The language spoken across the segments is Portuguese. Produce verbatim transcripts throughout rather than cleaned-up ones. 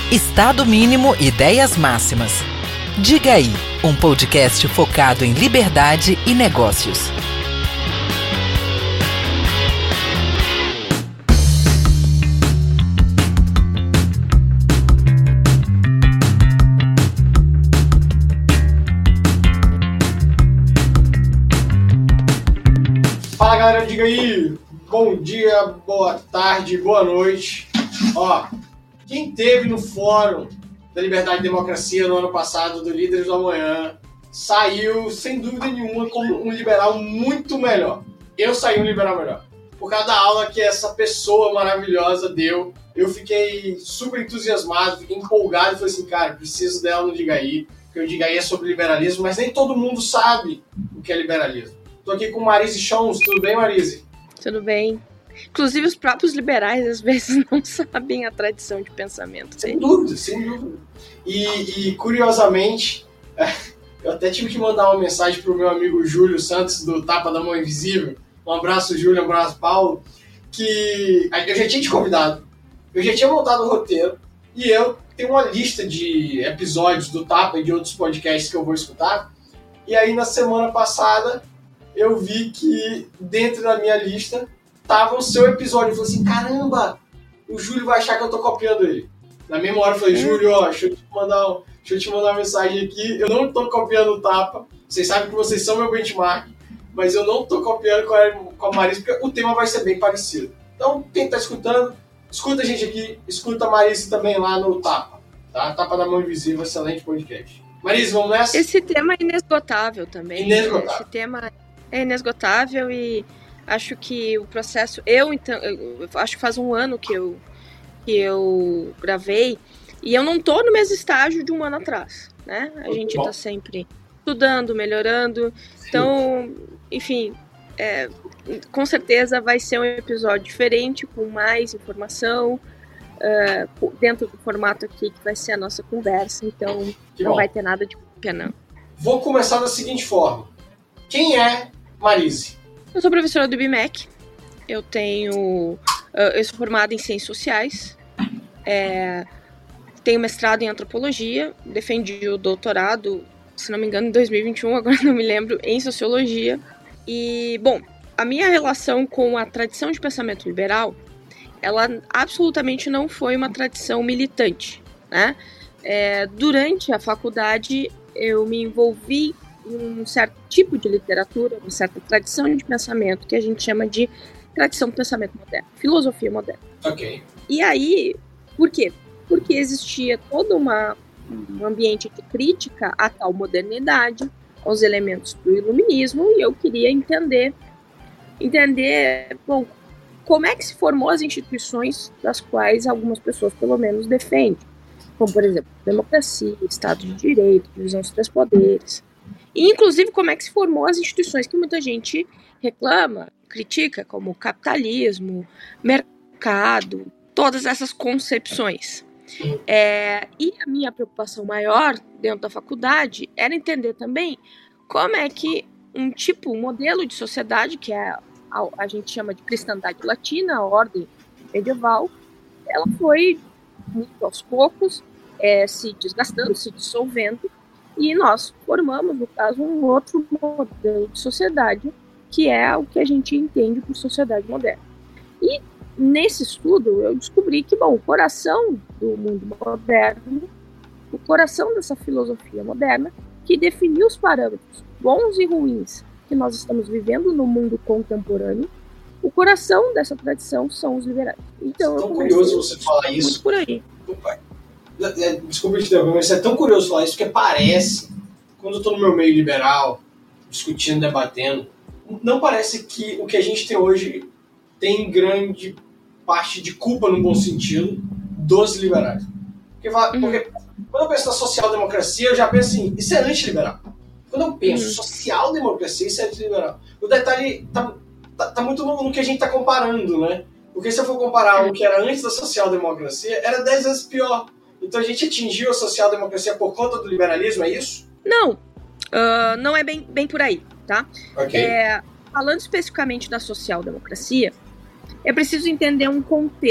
Estado Mínimo, Ideias Máximas. Diga aí, um podcast focado em liberdade e negócios. Fala galera, diga aí, bom dia, boa tarde, boa noite. Ó, quem teve no Fórum da Liberdade e Democracia no ano passado, do Líderes do Amanhã, saiu, sem dúvida nenhuma, como um liberal muito melhor. Eu saí um liberal melhor. Por causa da aula que essa pessoa maravilhosa deu, eu fiquei super entusiasmado, fiquei empolgado e falei assim, cara, preciso dela no Diga Aí, porque o Diga Aí é sobre liberalismo, mas nem todo mundo sabe o que é liberalismo. Tô aqui com Marise Chons, tudo bem, Marise? Tudo bem. Inclusive, os próprios liberais, às vezes, não sabem a tradição de pensamento. Sem dúvida, sem dúvida. E, e curiosamente, eu até tive que mandar uma mensagem pro meu amigo Júlio Santos, do Tapa da Mão Invisível. Um abraço, Júlio, um abraço, Paulo. Que eu já tinha te convidado, eu já tinha montado o roteiro, e eu tenho uma lista de episódios do Tapa e de outros podcasts que eu vou escutar. E aí, na semana passada, eu vi que dentro da minha lista tava o seu episódio. Eu falei assim, caramba, o Júlio vai achar que eu tô copiando ele. Na mesma hora eu falei, Júlio, ó, deixa eu te mandar, deixa eu te mandar uma mensagem aqui. Eu não tô copiando o Tapa. Vocês sabem que vocês são meu benchmark, mas eu não tô copiando com a, com a Marise, porque o tema vai ser bem parecido. Então, quem tá escutando, escuta a gente aqui, escuta a Marise também lá no Tapa, tá? Tapa da Mão Invisível, excelente podcast. Marise, vamos nessa? Esse tema é inesgotável também. Inesgotável. Esse tema é inesgotável e acho que o processo... Eu, então, eu acho que faz um ano que eu, que eu gravei e eu não tô no mesmo estágio de um ano atrás, né? A gente tá sempre estudando, melhorando. Então, enfim, é, com certeza vai ser um episódio diferente, com mais informação, uh, dentro do formato aqui que vai ser a nossa conversa. Então, que não bom. vai ter nada de cópia, não. Vou começar da seguinte forma. Quem é Marise? Eu sou professora do I B M E C. Eu tenho... Uh, eu sou formada em Ciências Sociais. É, tenho mestrado em Antropologia. Defendi o doutorado, se não me engano, em dois mil e vinte e um, agora não me lembro, em Sociologia. E, bom, a minha relação com a tradição de pensamento liberal, ela absolutamente não foi uma tradição militante, né? É, durante a faculdade, eu me envolvi um certo tipo de literatura, uma certa tradição de pensamento que a gente chama de tradição do pensamento moderno, filosofia moderna. Ok. E aí, por quê? Porque existia todo uma, um ambiente de crítica à tal modernidade, aos elementos do iluminismo, e eu queria entender, entender, bom, como é que se formou as instituições das quais algumas pessoas, pelo menos, defendem, como, por exemplo, democracia, Estado de Direito, divisão dos três poderes. E, inclusive, como é que se formou as instituições que muita gente reclama, critica, como capitalismo, mercado, todas essas concepções. É, e a minha preocupação maior dentro da faculdade era entender também como é que um tipo, um modelo de sociedade, que é a, a gente chama de cristandade latina, a ordem medieval, ela foi, muito aos poucos, é, se desgastando, se dissolvendo, e nós formamos, no caso, um outro modelo de sociedade, que é o que a gente entende por sociedade moderna. E nesse estudo eu descobri que, bom, o coração do mundo moderno, o coração dessa filosofia moderna, que definiu os parâmetros bons e ruins que nós estamos vivendo no mundo contemporâneo, o coração dessa tradição são os liberais. Então, é tão curioso você falar isso. Por aí. Opa. Desculpa te interromper, mas é tão curioso falar isso, porque parece, quando eu estou no meu meio liberal, discutindo, debatendo, não parece que o que a gente tem hoje tem grande parte de culpa, no bom sentido, dos liberais. Porque, porque quando eu penso na social-democracia, eu já penso assim, isso é antiliberal. Quando eu penso uhum. social-democracia, isso é antiliberal. O detalhe tá, tá, tá muito no, no que a gente está comparando, né? Porque se eu for comparar uhum. o que era antes da social-democracia, era dez vezes pior. Então a gente atingiu a social-democracia por conta do liberalismo, é isso? Não, uh, não é bem, bem por aí, tá? Okay. É, falando especificamente da social-democracia, é preciso entender um contexto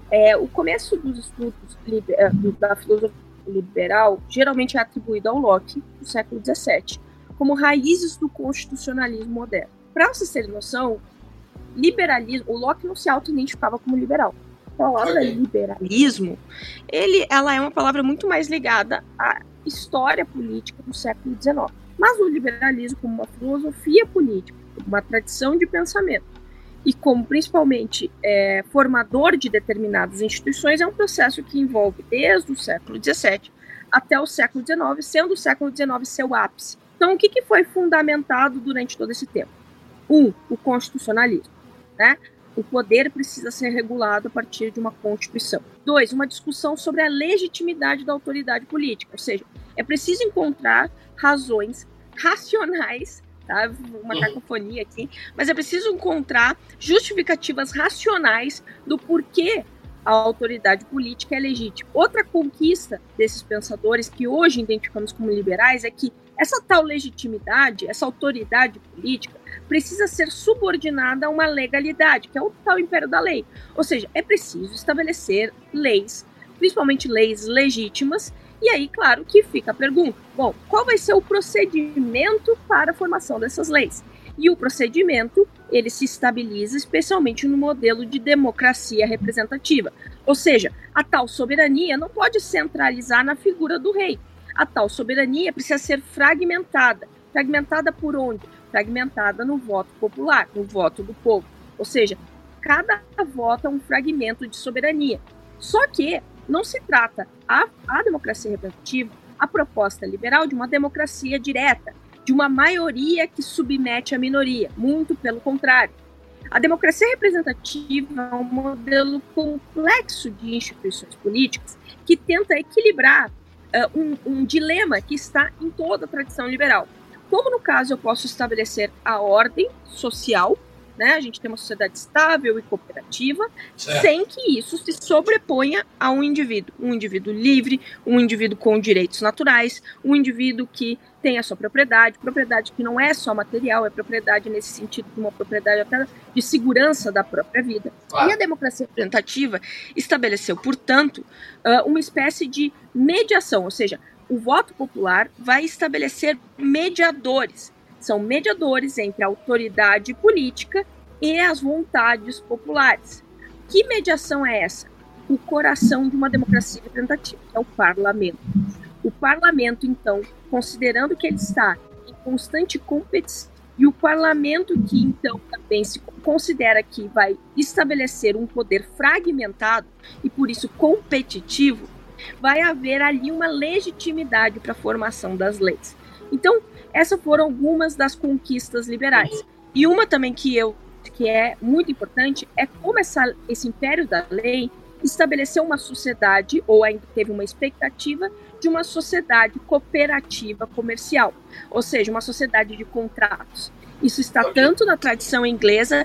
É, o começo dos estudos liber, do, da filosofia liberal geralmente é atribuído ao Locke, do século dezessete, como raízes do constitucionalismo moderno. Para vocês terem noção, liberalismo, o Locke não se auto-identificava como liberal. A palavra okay. liberalismo, ele, ela é uma palavra muito mais ligada à história política do século dezenove. Mas o liberalismo, como uma filosofia política, uma tradição de pensamento, e como principalmente é, formador de determinadas instituições, é um processo que envolve desde o século dezessete até o século dezenove, sendo o século dezenove seu ápice. Então, o que, que foi fundamentado durante todo esse tempo? Um, o constitucionalismo, né? O poder precisa ser regulado a partir de uma Constituição. Dois, uma discussão sobre a legitimidade da autoridade política, ou seja, é preciso encontrar razões racionais, tá? Uma cacofonia aqui, mas é preciso encontrar justificativas racionais do porquê a autoridade política é legítima. Outra conquista desses pensadores, que hoje identificamos como liberais, é que essa tal legitimidade, essa autoridade política, precisa ser subordinada a uma legalidade, que é o tal império da lei. Ou seja, é preciso estabelecer leis, principalmente leis legítimas, e aí, claro, que fica a pergunta, bom, qual vai ser o procedimento para a formação dessas leis? E o procedimento, ele se estabiliza especialmente no modelo de democracia representativa. Ou seja, a tal soberania não pode centralizar na figura do rei. A tal soberania precisa ser fragmentada. Fragmentada por onde? Fragmentada no voto popular, no voto do povo. Ou seja, cada voto é um fragmento de soberania. Só que não se trata a, a democracia representativa, a proposta liberal, de uma democracia direta, de uma maioria que submete a minoria. Muito pelo contrário. A democracia representativa é um modelo complexo de instituições políticas que tenta equilibrar uh, um, um dilema que está em toda a tradição liberal. Como no caso eu posso estabelecer a ordem social, né? A gente tem uma sociedade estável e cooperativa, certo, sem que isso se sobreponha a um indivíduo. Um indivíduo livre, um indivíduo com direitos naturais, um indivíduo que tem a sua propriedade, propriedade que não é só material, é propriedade nesse sentido de uma propriedade até de segurança da própria vida. Claro. E a democracia representativa estabeleceu, portanto, uma espécie de mediação, ou seja, o voto popular vai estabelecer mediadores. São mediadores entre a autoridade política e as vontades populares. Que mediação é essa? O coração de uma democracia representativa, é o parlamento. O parlamento, então, considerando que ele está em constante competição, e o parlamento que, então, também se considera que vai estabelecer um poder fragmentado e, por isso, competitivo, vai haver ali uma legitimidade para a formação das leis. Então, essas foram algumas das conquistas liberais. E uma também que, eu, que é muito importante é como essa, esse império da lei estabeleceu uma sociedade, ou ainda teve uma expectativa, de uma sociedade cooperativa comercial, ou seja, uma sociedade de contratos. Isso está tanto na tradição inglesa,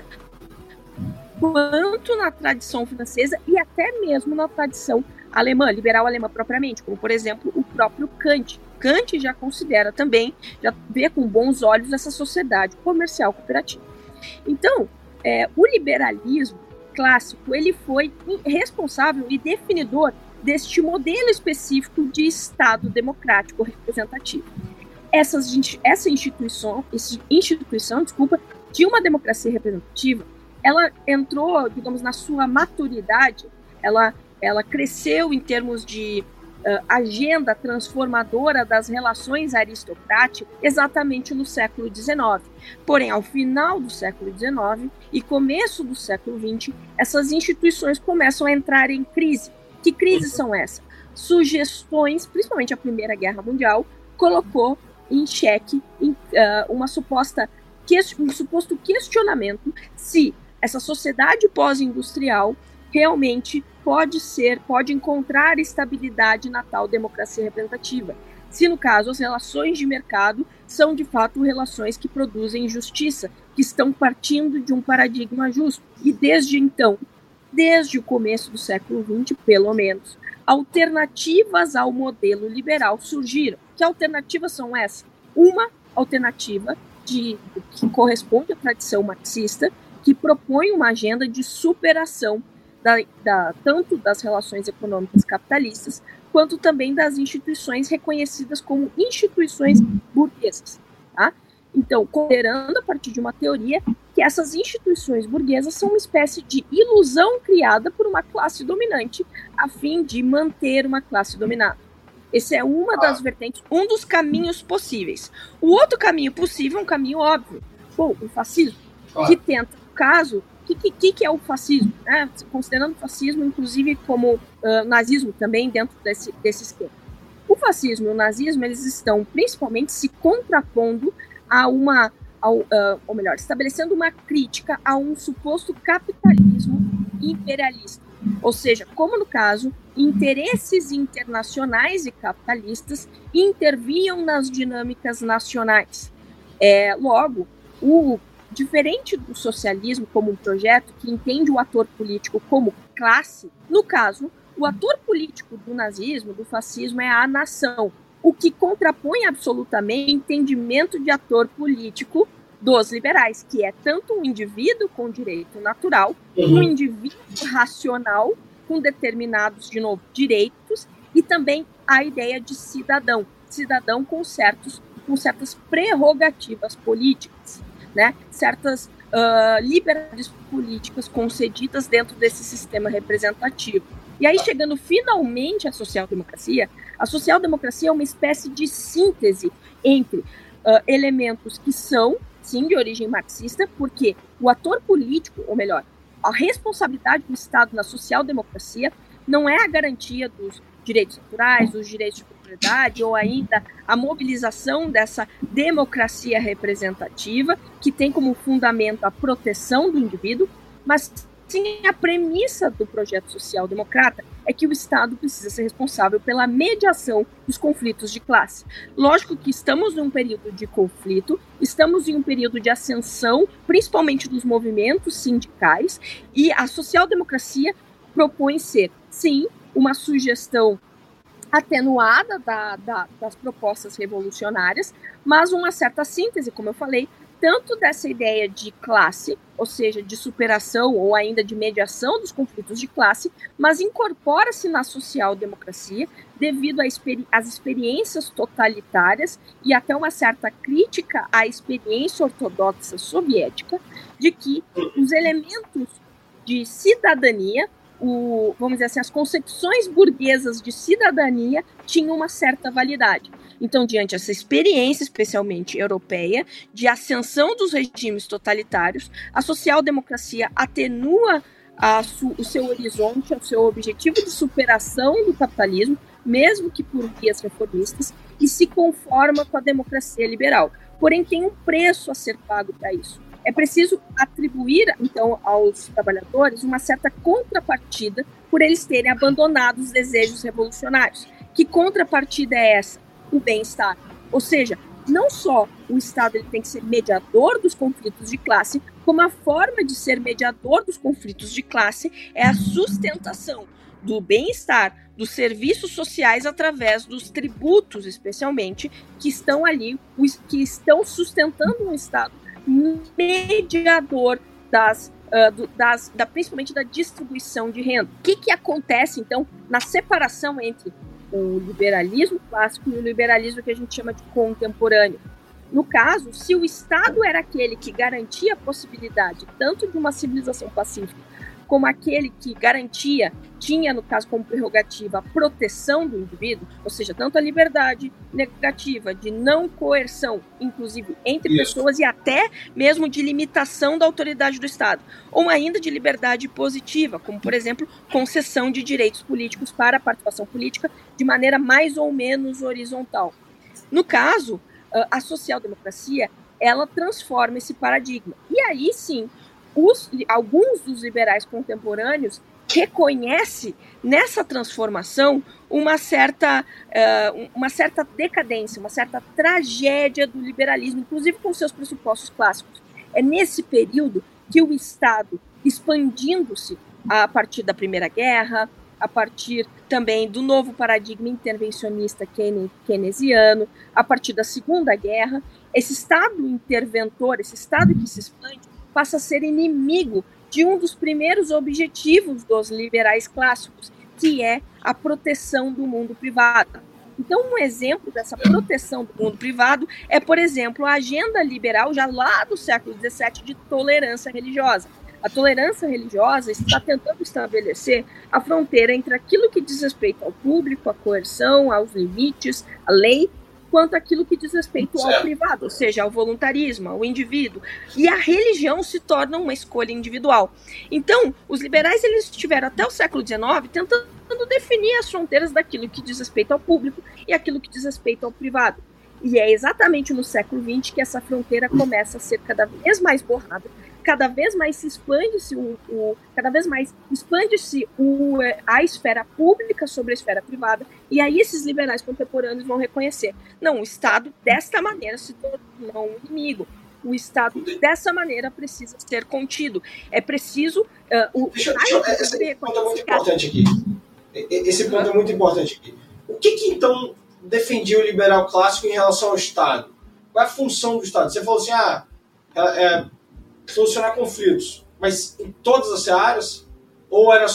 quanto na tradição francesa e até mesmo na tradição alemã, liberal alemã propriamente, como, por exemplo, o próprio Kant. Kant já considera também, já vê com bons olhos essa sociedade comercial cooperativa. Então, é, o liberalismo clássico, ele foi responsável e definidor deste modelo específico de Estado democrático representativo. Essas, essa instituição, essa instituição, desculpa, de uma democracia representativa, ela entrou, digamos, na sua maturidade, ela, ela cresceu em termos de uh, agenda transformadora das relações aristocráticas exatamente no século dezenove. Porém, ao final do século dezenove e começo do século vinte, essas instituições começam a entrar em crise. Que crises são essas? Sugestões, principalmente a Primeira Guerra Mundial, colocou em xeque em, uh, uma suposta, um suposto questionamento se essa sociedade pós-industrial realmente pode ser, pode encontrar estabilidade na tal democracia representativa. Se, no caso, as relações de mercado são, de fato, relações que produzem justiça, que estão partindo de um paradigma justo. E desde então, desde o começo do século vinte, pelo menos, alternativas ao modelo liberal surgiram. Que alternativas são essas? Uma alternativa de, que corresponde à tradição marxista, que propõe uma agenda de superação da, da, tanto das relações econômicas capitalistas, quanto também das instituições reconhecidas como instituições burguesas. Tá? Então, considerando a partir de uma teoria que essas instituições burguesas são uma espécie de ilusão criada por uma classe dominante a fim de manter uma classe dominada. Esse é uma das vertentes, um dos caminhos possíveis. O outro caminho possível é um caminho óbvio. Bom, o fascismo, que tenta, no caso, o que, que, que é o fascismo? Né? Considerando o fascismo, inclusive, como uh, nazismo também dentro desse, desse esquema. O fascismo e o nazismo, eles estão principalmente se contrapondo a uma, ao, uh, ou melhor, estabelecendo uma crítica a um suposto capitalismo imperialista. Ou seja, como no caso, interesses internacionais e capitalistas interviam nas dinâmicas nacionais. É, logo, o, diferente do socialismo como um projeto que entende o ator político como classe, no caso, o ator político do nazismo, do fascismo, é a nação, o que contrapõe absolutamente o entendimento de ator político dos liberais, que é tanto um indivíduo com direito natural, uhum. um indivíduo racional com determinados, de novo, direitos, e também a ideia de cidadão, cidadão com, certos, com certas prerrogativas políticas, né? Certas uh, liberdades políticas concedidas dentro desse sistema representativo. E aí, chegando finalmente à social-democracia, a social-democracia é uma espécie de síntese entre uh, elementos que são, sim, de origem marxista, porque o ator político, ou melhor, a responsabilidade do Estado na social-democracia não é a garantia dos direitos naturais, dos direitos de propriedade, ou ainda a mobilização dessa democracia representativa, que tem como fundamento a proteção do indivíduo, mas sim a premissa do projeto social-democrata é que o Estado precisa ser responsável pela mediação dos conflitos de classe. Lógico que estamos num período de conflito, estamos em um período de ascensão, principalmente dos movimentos sindicais, e a social-democracia propõe ser, sim, uma sugestão atenuada da, da, das propostas revolucionárias, mas uma certa síntese, como eu falei, tanto dessa ideia de classe, ou seja, de superação ou ainda de mediação dos conflitos de classe, mas incorpora-se na social-democracia devido às experi- experiências totalitárias e até uma certa crítica à experiência ortodoxa soviética de que os elementos de cidadania, o, vamos dizer assim, as concepções burguesas de cidadania tinham uma certa validade. Então, diante dessa experiência, especialmente europeia, de ascensão dos regimes totalitários, a social-democracia atenua a su, o seu horizonte, o seu objetivo de superação do capitalismo, mesmo que por vias reformistas, e se conforma com a democracia liberal. Porém, tem um preço a ser pago para isso. É preciso atribuir, então, aos trabalhadores uma certa contrapartida por eles terem abandonado os desejos revolucionários. Que contrapartida é essa? O bem-estar. Ou seja, não só o Estado ele tem que ser mediador dos conflitos de classe, como a forma de ser mediador dos conflitos de classe é a sustentação do bem-estar, dos serviços sociais através dos tributos, especialmente, que estão ali, que estão sustentando um Estado mediador das, uh, do, das, da, principalmente da distribuição de renda. O que, que acontece, então, na separação entre o liberalismo clássico e o liberalismo que a gente chama de contemporâneo? No caso, se o Estado era aquele que garantia a possibilidade tanto de uma civilização pacífica como aquele que garantia, tinha, no caso, como prerrogativa, a proteção do indivíduo, ou seja, tanto a liberdade negativa de não coerção, inclusive entre Isso. pessoas, e até mesmo de limitação da autoridade do Estado, ou ainda de liberdade positiva, como, por exemplo, concessão de direitos políticos para a participação política de maneira mais ou menos horizontal. No caso, a social-democracia, ela transforma esse paradigma. E aí, sim, Os, alguns dos liberais contemporâneos reconhecem nessa transformação uma certa, uh, uma certa decadência, uma certa tragédia do liberalismo, inclusive com seus pressupostos clássicos. É nesse período que o Estado, expandindo-se a partir da Primeira Guerra, a partir também do novo paradigma intervencionista keynesiano, a partir da Segunda Guerra, esse Estado interventor, esse Estado que se expande, passa a ser inimigo de um dos primeiros objetivos dos liberais clássicos, que é a proteção do mundo privado. Então, um exemplo dessa proteção do mundo privado é, por exemplo, a agenda liberal já lá do século dezessete de tolerância religiosa. A tolerância religiosa está tentando estabelecer a fronteira entre aquilo que diz respeito ao público, à coerção, aos limites, à lei, quanto aquilo que diz respeito ao privado, ou seja, ao voluntarismo, ao indivíduo. E a religião se torna uma escolha individual. Então, os liberais eles estiveram até o século dezenove tentando definir as fronteiras daquilo que diz respeito ao público e aquilo que diz respeito ao privado. E é exatamente no século vinte que essa fronteira começa a ser cada vez mais borrada, cada vez mais se expande-se o, o cada vez mais expande-se o, a esfera pública sobre a esfera privada, e aí esses liberais contemporâneos vão reconhecer, não, o Estado desta maneira se tornou um inimigo, o Estado dessa maneira precisa ser contido, é preciso uh, o deixa, deixa, esse ponto é muito importante aqui esse ponto é muito importante aqui o que que então defendia o liberal clássico em relação ao Estado? Qual é a função do Estado? Você falou assim, ah, é, é solucionar conflitos, mas em todas as áreas? Ou era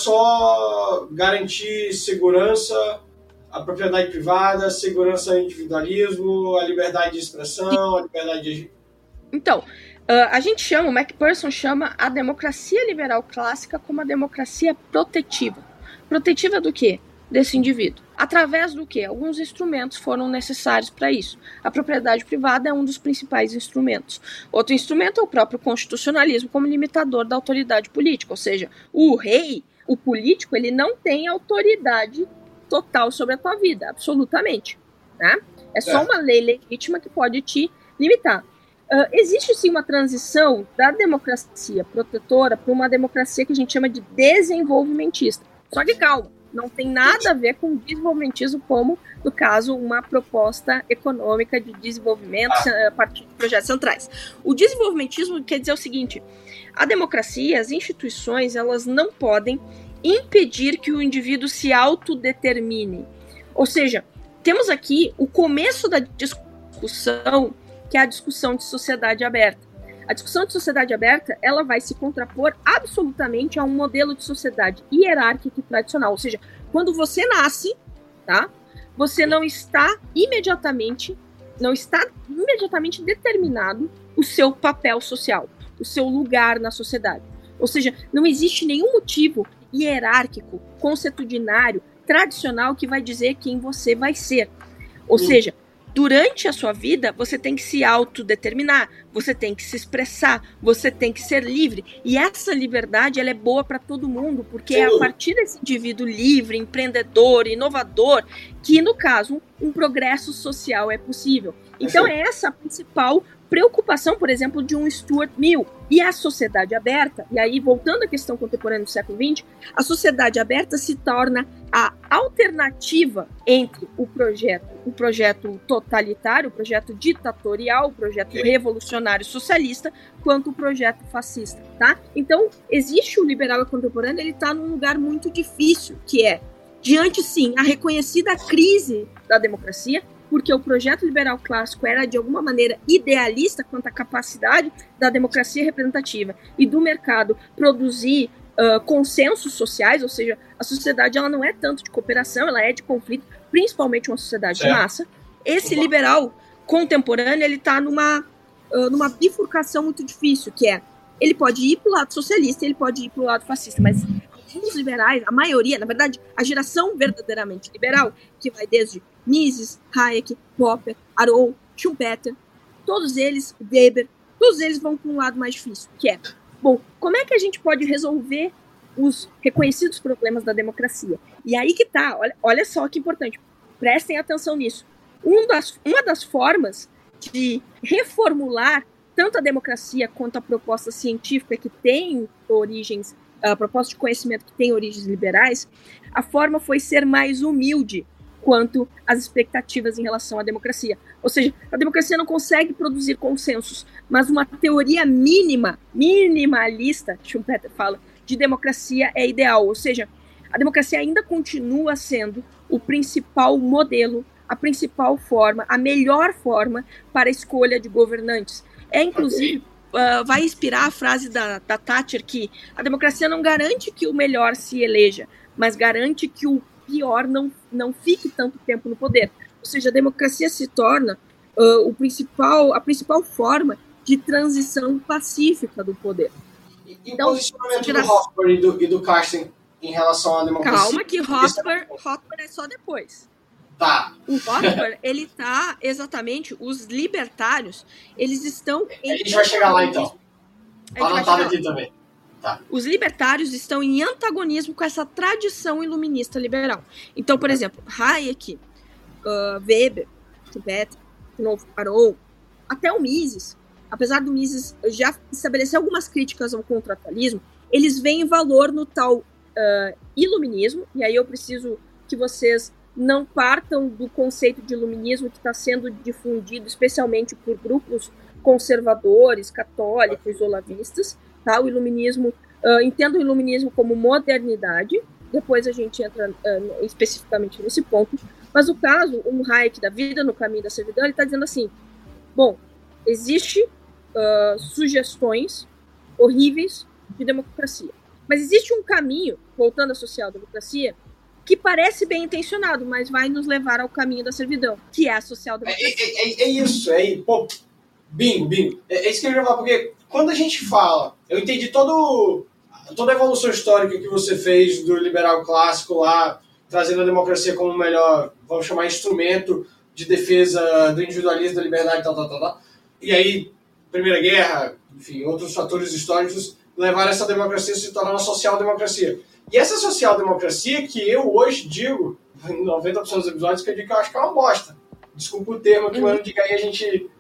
só garantir segurança, a propriedade privada, segurança ao individualismo, a liberdade de expressão, a liberdade de... Então, uh, a gente chama, o MacPherson chama a democracia liberal clássica como a democracia protetiva. Protetiva do quê? Desse indivíduo. Através do quê? Alguns instrumentos foram necessários para isso. A propriedade privada é um dos principais instrumentos. Outro instrumento é o próprio constitucionalismo como limitador da autoridade política, ou seja, o rei, o político, ele não tem autoridade total sobre a tua vida, absolutamente. Né? É só uma lei legítima que pode te limitar. Uh, existe sim uma transição da democracia protetora para uma democracia que a gente chama de desenvolvimentista. Só que calma, não tem nada a ver com desenvolvimentismo como, no caso, uma proposta econômica de desenvolvimento a partir de projetos centrais. O desenvolvimentismo quer dizer o seguinte, a democracia, as instituições, elas não podem impedir que o indivíduo se autodetermine. Ou seja, temos aqui o começo da discussão, que é a discussão de sociedade aberta. A discussão de sociedade aberta, ela vai se contrapor absolutamente a um modelo de sociedade hierárquica e tradicional. Ou seja, quando você nasce, tá, você não está imediatamente, não está imediatamente determinado o seu papel social, o seu lugar na sociedade. Ou seja, não existe nenhum motivo hierárquico, consuetudinário, tradicional que vai dizer quem você vai ser. Ou Sim. seja, durante a sua vida, você tem que se autodeterminar, você tem que se expressar, você tem que ser livre. E essa liberdade, ela é boa para todo mundo, porque é a partir desse indivíduo livre, empreendedor, inovador, que, no caso, um progresso social é possível. Então, é essa a principal preocupação, por exemplo, de um Stuart Mill. E a sociedade aberta, e aí voltando à questão contemporânea do século vinte, a sociedade aberta se torna a alternativa entre o projeto, o projeto totalitário, o projeto ditatorial, o projeto revolucionário socialista, quanto o projeto fascista, tá? Então, existe o liberal contemporâneo, ele está num lugar muito difícil, que é, diante, sim, a reconhecida crise da democracia, porque o projeto liberal clássico era, de alguma maneira, idealista quanto à capacidade da democracia representativa e do mercado produzir uh, consensos sociais, ou seja, a sociedade ela não é tanto de cooperação, ela é de conflito, principalmente uma sociedade certo. de massa. Esse liberal contemporâneo, ele está numa, uh, numa bifurcação muito difícil, que é, ele pode ir para o lado socialista, ele pode ir para o lado fascista, mas os liberais, a maioria, na verdade, a geração verdadeiramente liberal, que vai desde Mises, Hayek, Popper, Aron, Schumpeter, todos eles, Weber, todos eles vão para um lado mais difícil, que é, bom, como é que a gente pode resolver os reconhecidos problemas da democracia? E aí que tá, olha, olha só que importante, prestem atenção nisso. Um das, uma das formas de reformular tanto a democracia quanto a proposta científica que tem origens, a proposta de conhecimento que tem origens liberais, a forma foi ser mais humilde quanto às expectativas em relação à democracia. Ou seja, a democracia não consegue produzir consensos, mas uma teoria mínima, minimalista, Schumpeter fala, de democracia é ideal. Ou seja, a democracia ainda continua sendo o principal modelo, a principal forma, a melhor forma para a escolha de governantes. É, inclusive, uh, vai inspirar a frase da, da Thatcher que a democracia não garante que o melhor se eleja, mas garante que o pior não, não fique tanto tempo no poder. Ou seja, a democracia se torna uh, o principal, a principal forma de transição pacífica do poder. E, e então, o posicionamento gera... do Hoffer e do, e do Carsten em relação à democracia? Calma que Hoffer, Hoffer é só depois. Tá. O Hoffer, ele tá exatamente, os libertários, eles estão... A gente vai chegar lá então. Tá anotado aqui também. Tá. Os libertários estão em antagonismo com essa tradição iluminista liberal. Então, por exemplo, Hayek, uh, Weber, Schumpeter, de novo, Aron, até o Mises, apesar do Mises já estabelecer algumas críticas ao contratualismo, eles veem valor no tal uh, iluminismo, e aí eu preciso que vocês não partam do conceito de iluminismo que está sendo difundido especialmente por grupos conservadores, católicos, olavistas, tá? O iluminismo, uh, entendo o iluminismo como modernidade, depois a gente entra uh, especificamente nesse ponto, mas o caso, um Hayek da vida no caminho da servidão, ele está dizendo assim, bom, existe uh, sugestões horríveis de democracia, mas existe um caminho, voltando à social-democracia, que parece bem intencionado, mas vai nos levar ao caminho da servidão, que é a social-democracia. É, é, é, é isso, é pô, bingo, bingo. É, é isso que eu ia falar, porque quando a gente fala, eu entendi todo, toda a evolução histórica que você fez do liberal clássico lá, trazendo a democracia como o melhor, vamos chamar, instrumento de defesa do individualismo, da liberdade, tal, tal, tal, tal. E aí, Primeira Guerra, enfim, outros fatores históricos levaram essa democracia a se tornar uma social-democracia. E essa social-democracia que eu hoje digo, em noventa por cento dos episódios, que eu digo que eu acho que é uma bosta. Desculpa o termo, que o ano de aí a gente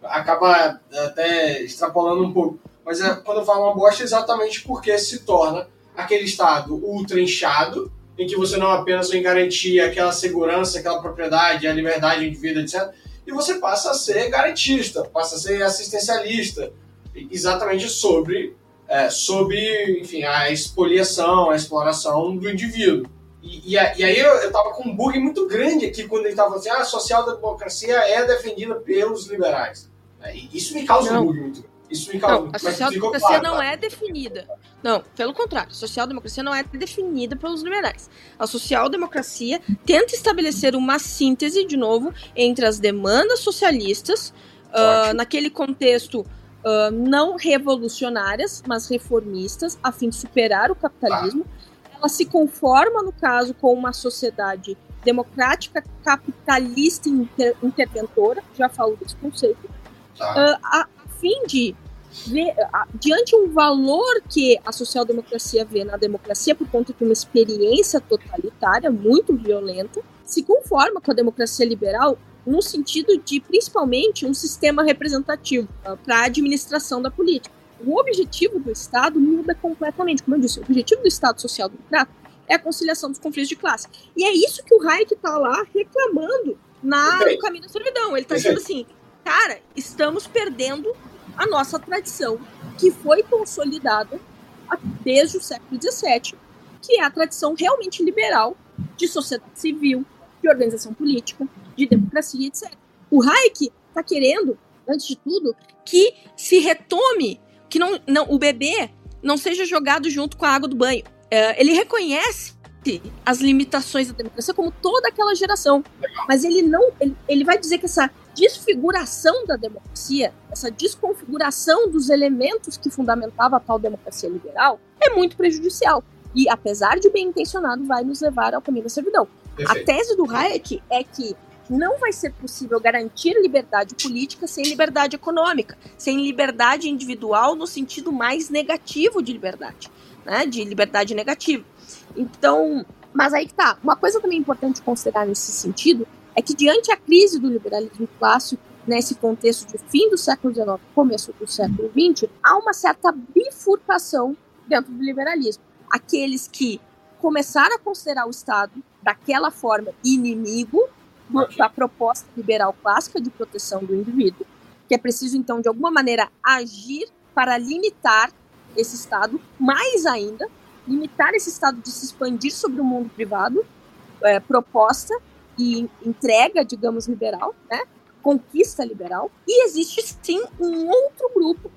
acaba até extrapolando um pouco. Mas é, quando eu falo uma bosta, é exatamente porque se torna aquele Estado ultra inchado, em que você não apenas tem garantia aquela segurança, aquela propriedade, a liberdade do indivíduo, etcétera, e você passa a ser garantista, passa a ser assistencialista, exatamente sobre... É, sobre, enfim, a expoliação, a exploração do indivíduo. E, e, e aí eu, eu tava com um bug muito grande aqui quando ele tava assim, ah, a social-democracia é defendida pelos liberais. É, isso me causa não. um bug muito grande. Isso me causa, não, a social-democracia claro, não tá? é definida. Não, pelo contrário, a social-democracia não é definida pelos liberais. A social-democracia tenta estabelecer uma síntese, de novo, entre as demandas socialistas, uh, naquele contexto Uh, não revolucionárias, mas reformistas, a fim de superar o capitalismo. Ah. Ela se conforma, no caso, com uma sociedade democrática, capitalista e inter- interventora, já falo desse conceito, ah. uh, a, a fim de ver, a, diante um valor que a social-democracia vê na democracia por conta de uma experiência totalitária muito violenta, se conforma com a democracia liberal no sentido de, principalmente, um sistema representativo uh, para a administração da política. O objetivo do Estado muda completamente. Como eu disse, o objetivo do Estado social-democrata é a conciliação dos conflitos de classe. E é isso que o Hayek está lá reclamando na, no caminho da servidão. Ele está dizendo assim, cara, estamos perdendo a nossa tradição, que foi consolidada desde o século dezessete, que é a tradição realmente liberal de sociedade civil, de organização política, de democracia, etcétera. O Hayek está querendo, antes de tudo, que se retome, que não, não, o bebê não seja jogado junto com a água do banho. É, ele reconhece as limitações da democracia como toda aquela geração, mas ele não, ele, ele vai dizer que essa desfiguração da democracia, essa desconfiguração dos elementos que fundamentavam a tal democracia liberal é muito prejudicial. E, apesar de bem intencionado, vai nos levar ao caminho da servidão. Perfeito. A tese do Hayek é que não vai ser possível garantir liberdade política sem liberdade econômica, sem liberdade individual no sentido mais negativo de liberdade, né? De liberdade negativa. Então, mas aí que tá. Uma coisa também importante considerar nesse sentido é que, diante a crise do liberalismo clássico, nesse contexto de fim do século dezenove, começo do século vinte, há uma certa bifurcação dentro do liberalismo. Aqueles que começaram a considerar o Estado daquela forma inimigo da proposta liberal clássica de proteção do indivíduo, que é preciso, então, de alguma maneira, agir para limitar esse Estado, mais ainda, limitar esse Estado de se expandir sobre o mundo privado, é, proposta e entrega, digamos, liberal, né? Conquista liberal. E existe, sim, um outro grupo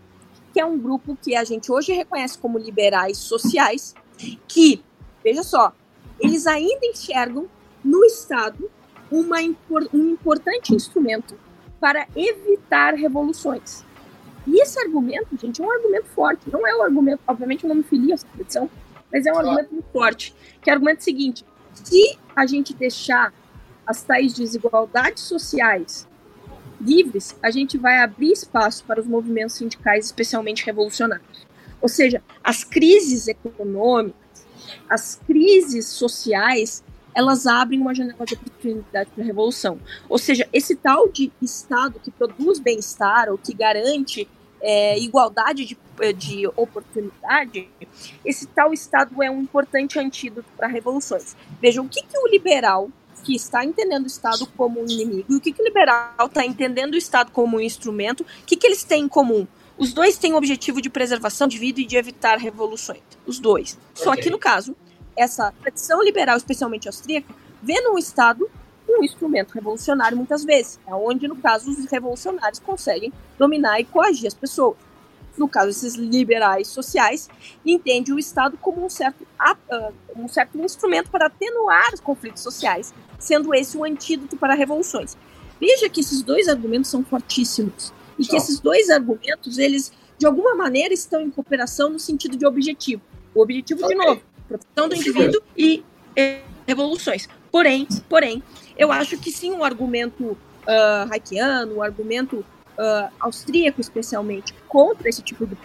que é um grupo que a gente hoje reconhece como liberais sociais, que, veja só, eles ainda enxergam no Estado uma, um importante instrumento para evitar revoluções. E esse argumento, gente, é um argumento forte. Não é um argumento, obviamente eu não me filio a essa tradição, mas é um argumento muito forte. Que é o argumento seguinte: se a gente deixar as tais desigualdades sociais livres, a gente vai abrir espaço para os movimentos sindicais, especialmente revolucionários. Ou seja, as crises econômicas, as crises sociais, elas abrem uma janela de oportunidade para a revolução. Ou seja, esse tal de Estado que produz bem-estar ou que garante é, igualdade de, de oportunidade, esse tal Estado é um importante antídoto para revoluções. Vejam, o que, que o liberal que está entendendo o Estado como um inimigo e o que, que o liberal está entendendo o Estado como um instrumento, o que, que eles têm em comum? Os dois têm o objetivo de preservação de vida e de evitar revoluções. Os dois. Okay. Só que, no caso, essa tradição liberal, especialmente austríaca, vê no Estado um instrumento revolucionário muitas vezes, é onde, no caso, os revolucionários conseguem dominar e coagir as pessoas. No caso, esses liberais sociais entendem o Estado como um certo, uh, um certo instrumento para atenuar os conflitos sociais, sendo esse um antídoto para revoluções. Veja que esses dois argumentos são fortíssimos e que esses dois argumentos, eles, de alguma maneira, estão em cooperação no sentido de objetivo. O objetivo, okay. de novo, proteção do indivíduo e eh, revoluções. Porém, porém, eu acho que sim, o argumento uh, hayekiano, o argumento Uh, austríaco, especialmente, contra esse tipo de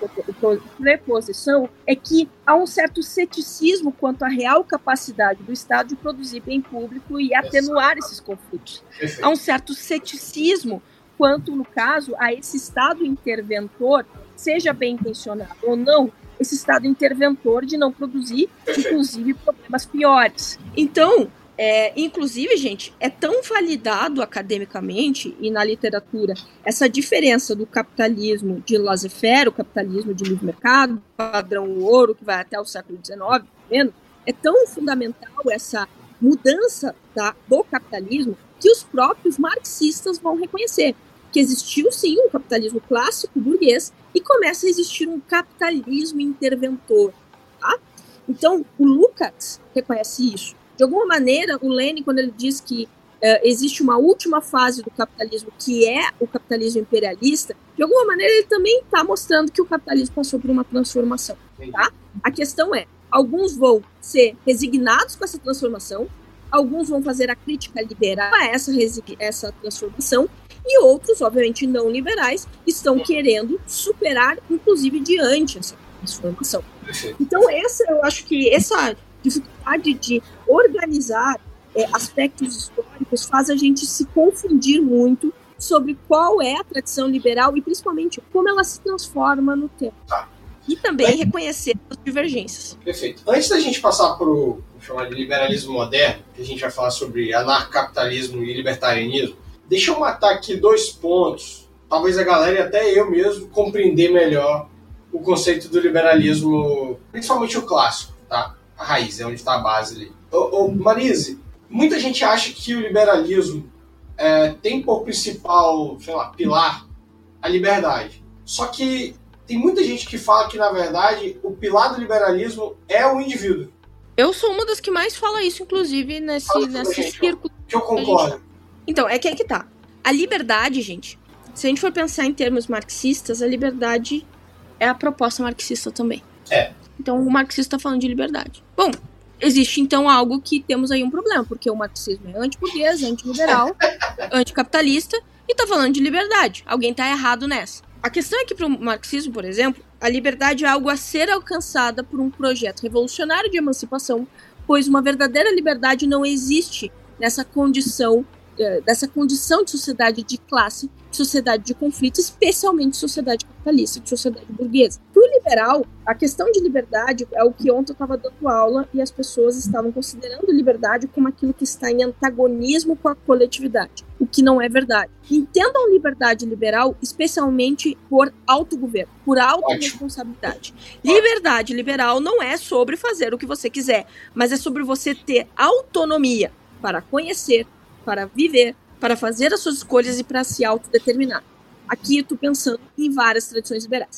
preposição, é que há um certo ceticismo quanto à real capacidade do Estado de produzir bem público e atenuar esses conflitos. Há um certo ceticismo quanto, no caso, a esse Estado interventor, seja bem intencionado ou não, esse Estado interventor de não produzir, inclusive, problemas piores. Então, É, inclusive, gente, é tão validado academicamente e na literatura essa diferença do capitalismo de laissez-faire, o capitalismo de livre mercado, padrão ouro, que vai até o século dezenove, menos, é tão fundamental essa mudança da, do capitalismo que os próprios marxistas vão reconhecer que existiu sim um capitalismo clássico burguês e começa a existir um capitalismo interventor. Tá? Então, o Lukács reconhece isso. De alguma maneira, o Lenin, quando ele diz que uh, existe uma última fase do capitalismo, que é o capitalismo imperialista, de alguma maneira ele também está mostrando que o capitalismo passou por uma transformação. Tá? A questão é, alguns vão ser resignados com essa transformação, alguns vão fazer a crítica liberal a essa, essa transformação, e outros, obviamente não liberais, estão querendo superar, inclusive, diante essa transformação. Então, essa, eu acho que essa dificuldade de organizar é, aspectos históricos faz a gente se confundir muito sobre qual é a tradição liberal e, principalmente, como ela se transforma no tempo. Tá. E também Mas... reconhecer as divergências. Perfeito. Antes da gente passar para o chamar de liberalismo moderno, que a gente vai falar sobre anarcapitalismo e libertarianismo, deixa eu matar aqui dois pontos. Talvez a galera e até eu mesmo compreender melhor o conceito do liberalismo, principalmente o clássico, tá? A raiz, é onde está a base ali. Ô, ô, Marise, muita gente acha que o liberalismo é, tem por principal, sei lá, pilar a liberdade. Só que tem muita gente que fala que, na verdade, o pilar do liberalismo é o indivíduo. Eu sou uma das que mais fala isso, inclusive, nesse, nesse gente, círculo. Que eu concordo. Então, é que aí que tá. A liberdade, gente, se a gente for pensar em termos marxistas, a liberdade é a proposta marxista também. É. Então, o marxista está falando de liberdade. Bom, existe, então, algo que temos aí um problema, porque o marxismo é anti-burguês, anti-liberal, anticapitalista, e está falando de liberdade. Alguém está errado nessa. A questão é que, para o marxismo, por exemplo, a liberdade é algo a ser alcançada por um projeto revolucionário de emancipação, pois uma verdadeira liberdade não existe nessa condição, dessa condição de sociedade de classe, de sociedade de conflito, especialmente de sociedade capitalista, de sociedade burguesa. Para o liberal, a questão de liberdade é o que ontem eu estava dando aula e as pessoas estavam considerando liberdade como aquilo que está em antagonismo com a coletividade, o que não é verdade. Entendam liberdade liberal especialmente por autogoverno, por autorresponsabilidade. Liberdade liberal não é sobre fazer o que você quiser, mas é sobre você ter autonomia para conhecer, para viver, para fazer as suas escolhas e para se autodeterminar. Aqui eu estou pensando em várias tradições liberais.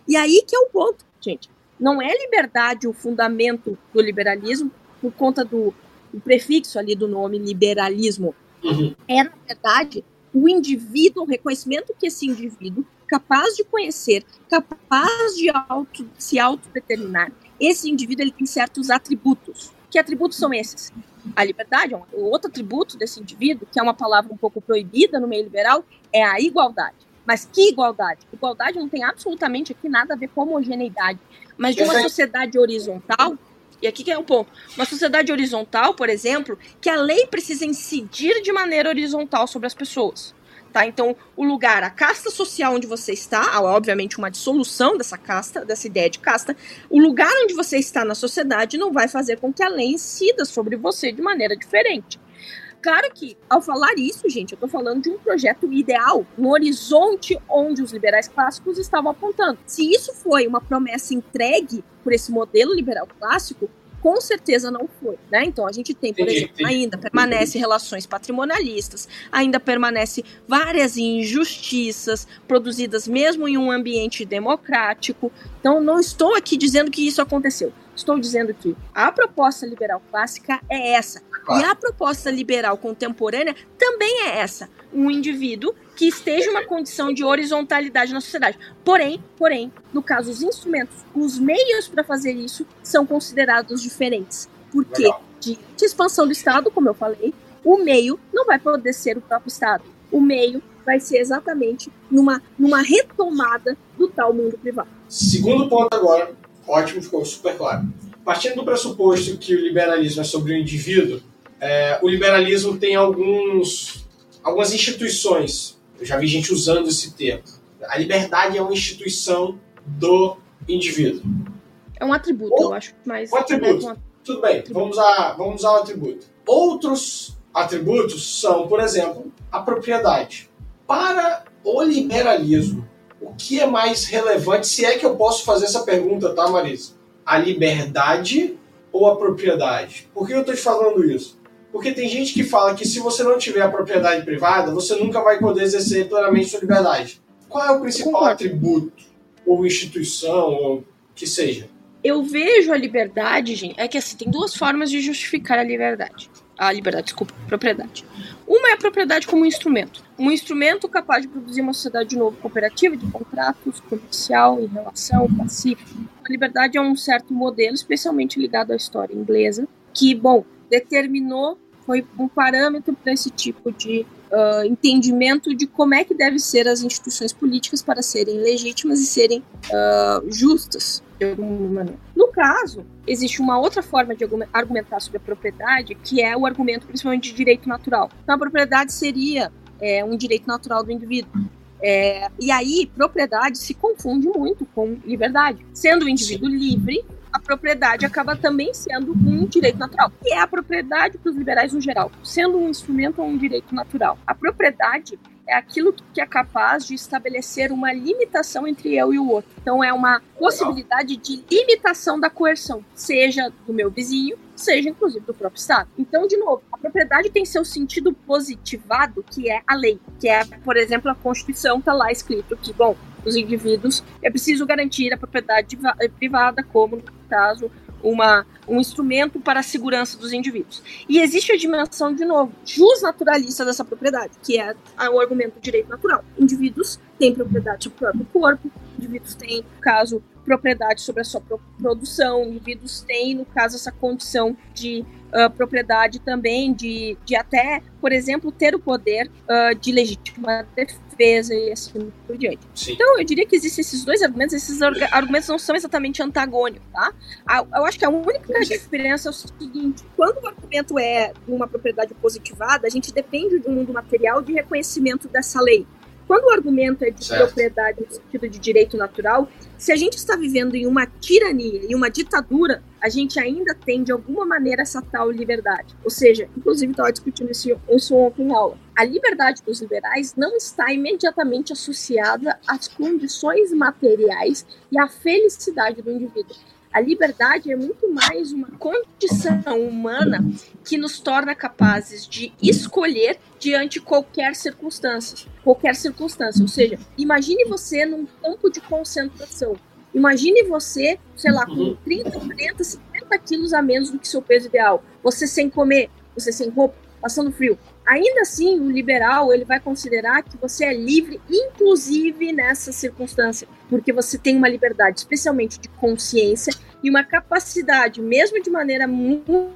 E aí que é o ponto, gente. Não é liberdade o fundamento do liberalismo por conta do, do prefixo ali do nome liberalismo. Uhum. É, na verdade, o indivíduo, o reconhecimento que esse indivíduo, capaz de conhecer, capaz de auto, se autodeterminar, esse indivíduo ele tem certos atributos. Que atributos são esses? A liberdade, o outro atributo desse indivíduo, que é uma palavra um pouco proibida no meio liberal, é a igualdade. Mas que igualdade? Igualdade não tem absolutamente aqui nada a ver com homogeneidade, mas de uma sociedade horizontal. E aqui que é o ponto. Uma sociedade horizontal, por exemplo, que a lei precisa incidir de maneira horizontal sobre as pessoas. Tá? Então, o lugar, a casta social onde você está, há, obviamente uma dissolução dessa casta, dessa ideia de casta, o lugar onde você está na sociedade não vai fazer com que a lei incida sobre você de maneira diferente. Claro que, ao falar isso, gente, eu estou falando de um projeto ideal, um horizonte onde os liberais clássicos estavam apontando. Se isso foi uma promessa entregue por esse modelo liberal clássico, com certeza não foi, né? Então a gente tem, por exemplo, ainda permanece relações patrimonialistas, ainda permanece várias injustiças produzidas mesmo em um ambiente democrático. Então não estou aqui dizendo que isso aconteceu. Estou dizendo que a proposta liberal clássica é essa. E a proposta liberal contemporânea também é essa. Um indivíduo que esteja em uma condição de horizontalidade na sociedade. Porém, porém, no caso, os instrumentos, os meios para fazer isso são considerados diferentes. Porque de, de expansão do Estado, como eu falei, o meio não vai poder ser o próprio Estado. O meio vai ser exatamente numa, numa retomada do tal mundo privado. Segundo ponto agora, ótimo, ficou super claro. Partindo do pressuposto que o liberalismo é sobre o indivíduo, é, o liberalismo tem alguns, algumas instituições. Eu já vi gente usando esse termo. A liberdade é uma instituição do indivíduo. É um atributo, Ou, eu acho. Mais um atributo. Um, Tudo bem, atributo. Vamos, a, vamos usar o atributo. Outros atributos são, por exemplo, a propriedade. Para o liberalismo, o que é mais relevante, se é que eu posso fazer essa pergunta, tá, Marisa? A liberdade ou a propriedade? Por que eu estou te falando isso? Porque tem gente que fala que se você não tiver a propriedade privada, você nunca vai poder exercer plenamente sua liberdade. Qual é o principal atributo, ou instituição, ou que seja? Eu vejo a liberdade, gente, é que assim, tem duas formas de justificar a liberdade. A liberdade, desculpa, a propriedade. Uma é a propriedade como instrumento. Um instrumento capaz de produzir uma sociedade de novo cooperativa, de contratos, comercial, em relação, pacífica. A liberdade é um certo modelo, especialmente ligado à história inglesa, que, bom, determinou, foi um parâmetro para esse tipo de uh, entendimento de como é que devem ser as instituições políticas para serem legítimas e serem uh, justas, de alguma maneira. No caso, existe uma outra forma de argumentar sobre a propriedade, que é o argumento principalmente de direito natural. Então, a propriedade seria é, um direito natural do indivíduo. É, e aí, propriedade se confunde muito com liberdade. Sendo o indivíduo livre, a propriedade acaba também sendo um direito natural. E é a propriedade para os liberais no geral, sendo um instrumento ou um direito natural. A propriedade é aquilo que é capaz de estabelecer uma limitação entre eu e o outro. Então é uma possibilidade de limitação da coerção, seja do meu vizinho, seja inclusive do próprio Estado. Então, de novo, a propriedade tem seu sentido positivado, que é a lei, que é, por exemplo, a Constituição, está lá escrito que, bom, os indivíduos, é preciso garantir a propriedade privada como, no caso, uma, um instrumento para a segurança dos indivíduos. E existe a dimensão, de novo, jusnaturalista dessa propriedade, que é o argumento do direito natural. Indivíduos têm propriedade sobre o próprio corpo, indivíduos têm, no caso, propriedade sobre a sua produção, indivíduos têm, no caso, essa condição de uh, propriedade também, de, de até, por exemplo, ter o poder uh, de legítima defesa e assim por diante. Sim. Então, eu diria que existem esses dois argumentos, esses argumentos não são exatamente antagônicos, tá? Eu acho que a única diferença é o seguinte: quando o argumento é uma propriedade positivada, a gente depende do mundo material de reconhecimento dessa lei. Quando o argumento é de certo. Propriedade no sentido de direito natural, se a gente está vivendo em uma tirania, em uma ditadura, a gente ainda tem, de alguma maneira, essa tal liberdade. Ou seja, inclusive estava discutindo isso, isso ontem em aula. A liberdade dos liberais não está imediatamente associada às condições materiais e à felicidade do indivíduo. A liberdade é muito mais uma condição humana que nos torna capazes de escolher diante de qualquer circunstância. Qualquer circunstância. Ou seja, imagine você num campo de concentração. Imagine você, sei lá, com trinta, quarenta, cinquenta quilos a menos do que seu peso ideal. Você sem comer, você sem roupa, passando frio. Ainda assim, o liberal ele vai considerar que você é livre, inclusive nessa circunstância, porque você tem uma liberdade, especialmente de consciência, e uma capacidade, mesmo de maneira muito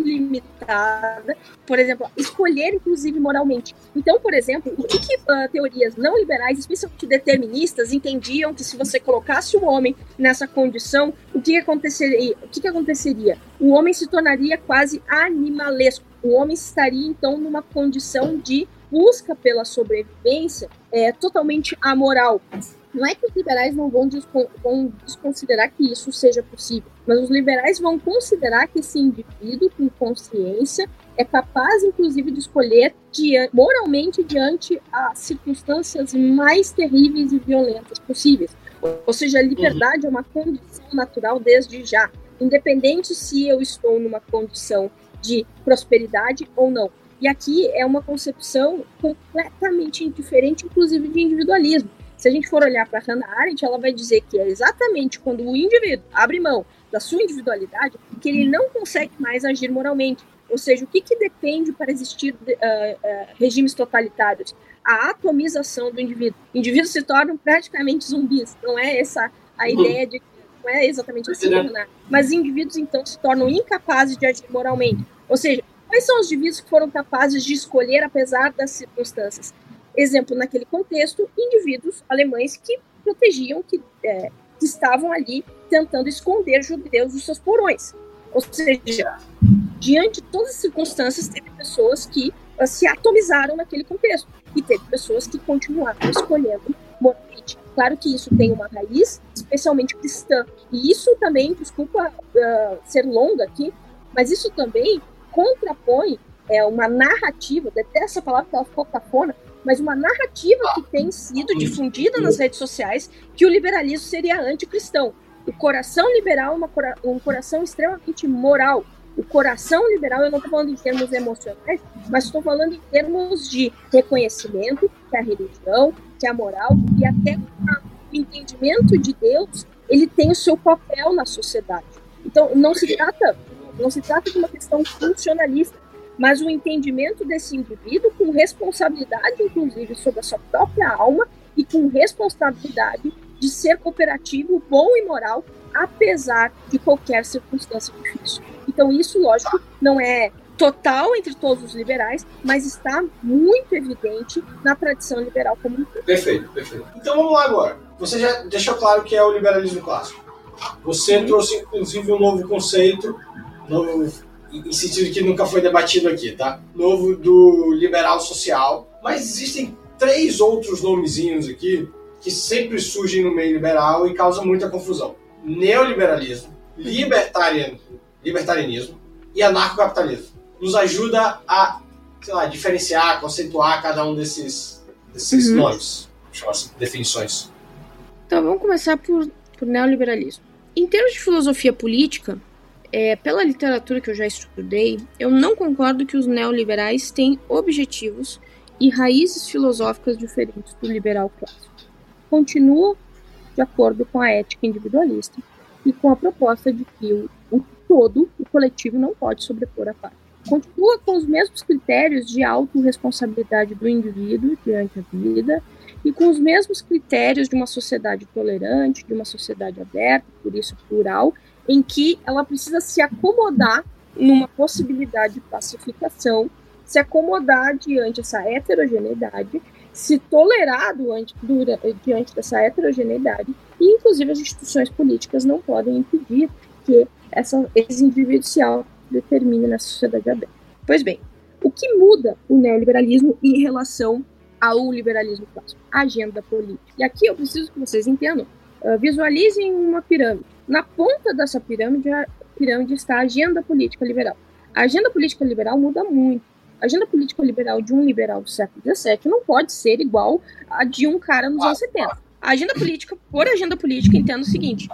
limitada, por exemplo, escolher, inclusive, moralmente. Então, por exemplo, o que, que uh, teorias não liberais, especialmente deterministas, entendiam que se você colocasse o homem nessa condição, o que aconteceria? O que, que aconteceria? O homem se tornaria quase animalesco. O homem estaria, então, numa condição de busca pela sobrevivência é, totalmente amoral. Não é que os liberais não vão, descon- vão desconsiderar que isso seja possível, mas os liberais vão considerar que esse indivíduo com consciência é capaz, inclusive, de escolher dia- moralmente diante as circunstâncias mais terríveis e violentas possíveis. Ou seja, a liberdade é uma condição natural desde já, independente se eu estou numa condição de prosperidade ou não. E aqui é uma concepção completamente diferente, inclusive, de individualismo. Se a gente for olhar para Hannah Arendt, ela vai dizer que é exatamente quando o indivíduo abre mão da sua individualidade que ele não consegue mais agir moralmente. Ou seja, o que, que depende para existir uh, uh, regimes totalitários? A atomização do indivíduo. Indivíduos se tornam praticamente zumbis. Não é essa a ideia de que não é exatamente assim, né? Mas indivíduos, então, se tornam incapazes de agir moralmente. Ou seja, quais são os indivíduos que foram capazes de escolher apesar das circunstâncias? Exemplo, naquele contexto, indivíduos alemães que protegiam, que, é, que estavam ali tentando esconder judeus dos seus porões. Ou seja, diante de todas as circunstâncias, teve pessoas que uh, se atomizaram naquele contexto. E teve pessoas que continuaram escolhendo moralmente. Claro que isso tem uma raiz, especialmente cristã. E isso também, desculpa uh, ser longa aqui, mas isso também contrapõe é, uma narrativa, detesto essa palavra porque ela ficou cafona, mas uma narrativa que tem sido difundida nas redes sociais que o liberalismo seria anticristão. O coração liberal é uma, um coração extremamente moral. O coração liberal, eu não estou falando em termos emocionais, mas estou falando em termos de reconhecimento que a religião, que a moral e até o entendimento de Deus, ele tem o seu papel na sociedade. Então, não se trata, não se trata de uma questão funcionalista, mas o entendimento desse indivíduo com responsabilidade, inclusive, sobre a sua própria alma e com responsabilidade de ser cooperativo, bom e moral, apesar de qualquer circunstância difícil. Então isso, lógico, não é total entre todos os liberais, mas está muito evidente na tradição liberal como um todo. Perfeito, perfeito. Então vamos lá agora. Você já deixou claro que é o liberalismo clássico. Você Sim. trouxe, inclusive, um novo conceito, novo... em sentido que nunca foi debatido aqui, tá? Novo do liberal social. Mas existem três outros nomezinhos aqui que sempre surgem no meio liberal e causam muita confusão. Neoliberalismo, libertarian, libertarianismo e anarcocapitalismo. Nos ajuda a, sei lá, diferenciar, conceituar cada um desses, desses uhum. nomes, assim, definições. Então, vamos começar por, por neoliberalismo. Em termos de filosofia política, É, pela literatura que eu já estudei, eu não concordo que os neoliberais têm objetivos e raízes filosóficas diferentes do liberal clássico. Continua de acordo com a ética individualista e com a proposta de que o, o todo, o coletivo, não pode sobrepor a parte. Continua com os mesmos critérios de autorresponsabilidade do indivíduo diante da vida e com os mesmos critérios de uma sociedade tolerante, de uma sociedade aberta, por isso plural, em que ela precisa se acomodar numa possibilidade de pacificação, se acomodar diante dessa heterogeneidade, se tolerar diante, diante dessa heterogeneidade, e inclusive as instituições políticas não podem impedir que essa, esses indivíduos se autodeterminem na sociedade aberta. Pois bem, o que muda o neoliberalismo em relação ao liberalismo clássico? A agenda política. E aqui eu preciso que vocês entendam. Uh, visualizem uma pirâmide. Na ponta dessa pirâmide, a pirâmide está a agenda política liberal. A agenda política liberal muda muito. A agenda política liberal de um liberal do século dezessete não pode ser igual a de um cara nos anos setenta. A agenda política, por agenda política, entendo o seguinte,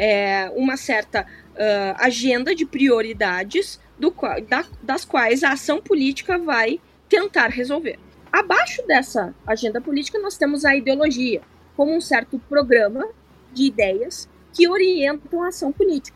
é uma certa uh, agenda de prioridades do, da, das quais a ação política vai tentar resolver. Abaixo dessa agenda política, nós temos a ideologia, como um certo programa de ideias que orientam a ação política.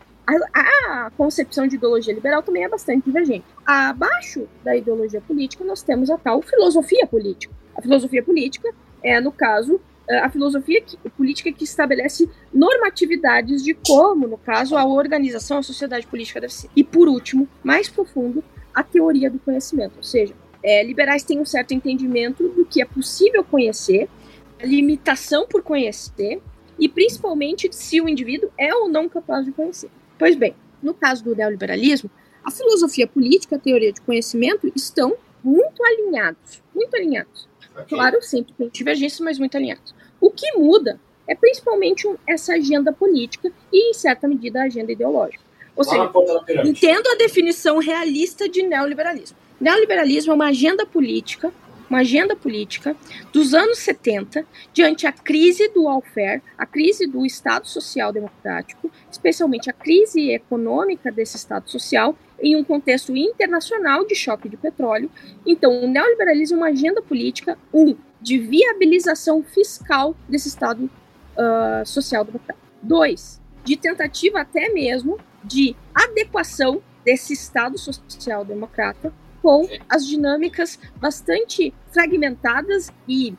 A, a concepção de ideologia liberal também é bastante divergente. Abaixo da ideologia política, nós temos a tal filosofia política. A filosofia política é, no caso, a filosofia que, política que estabelece normatividades de como, no caso, a organização, a sociedade política deve ser. E, por último, mais profundo, a teoria do conhecimento. Ou seja, é, liberais têm um certo entendimento do que é possível conhecer, a limitação por conhecer, e principalmente se o indivíduo é ou não capaz de conhecer. Pois bem, no caso do neoliberalismo, a filosofia política e a teoria de conhecimento estão muito alinhados, muito alinhados. Okay. Claro, sempre tem divergências, mas muito alinhados. O que muda é principalmente essa agenda política e, em certa medida, a agenda ideológica. Ou seja, entendo a definição realista de neoliberalismo. Neoliberalismo é uma agenda política uma agenda política dos anos setenta, diante a crise do welfare, a crise do Estado Social Democrático, especialmente a crise econômica desse Estado Social, em um contexto internacional de choque de petróleo. Então, o neoliberalismo é uma agenda política, um, de viabilização fiscal desse Estado uh, Social Democrático. Dois, de tentativa até mesmo de adequação desse Estado Social Democrata com as dinâmicas bastante fragmentadas e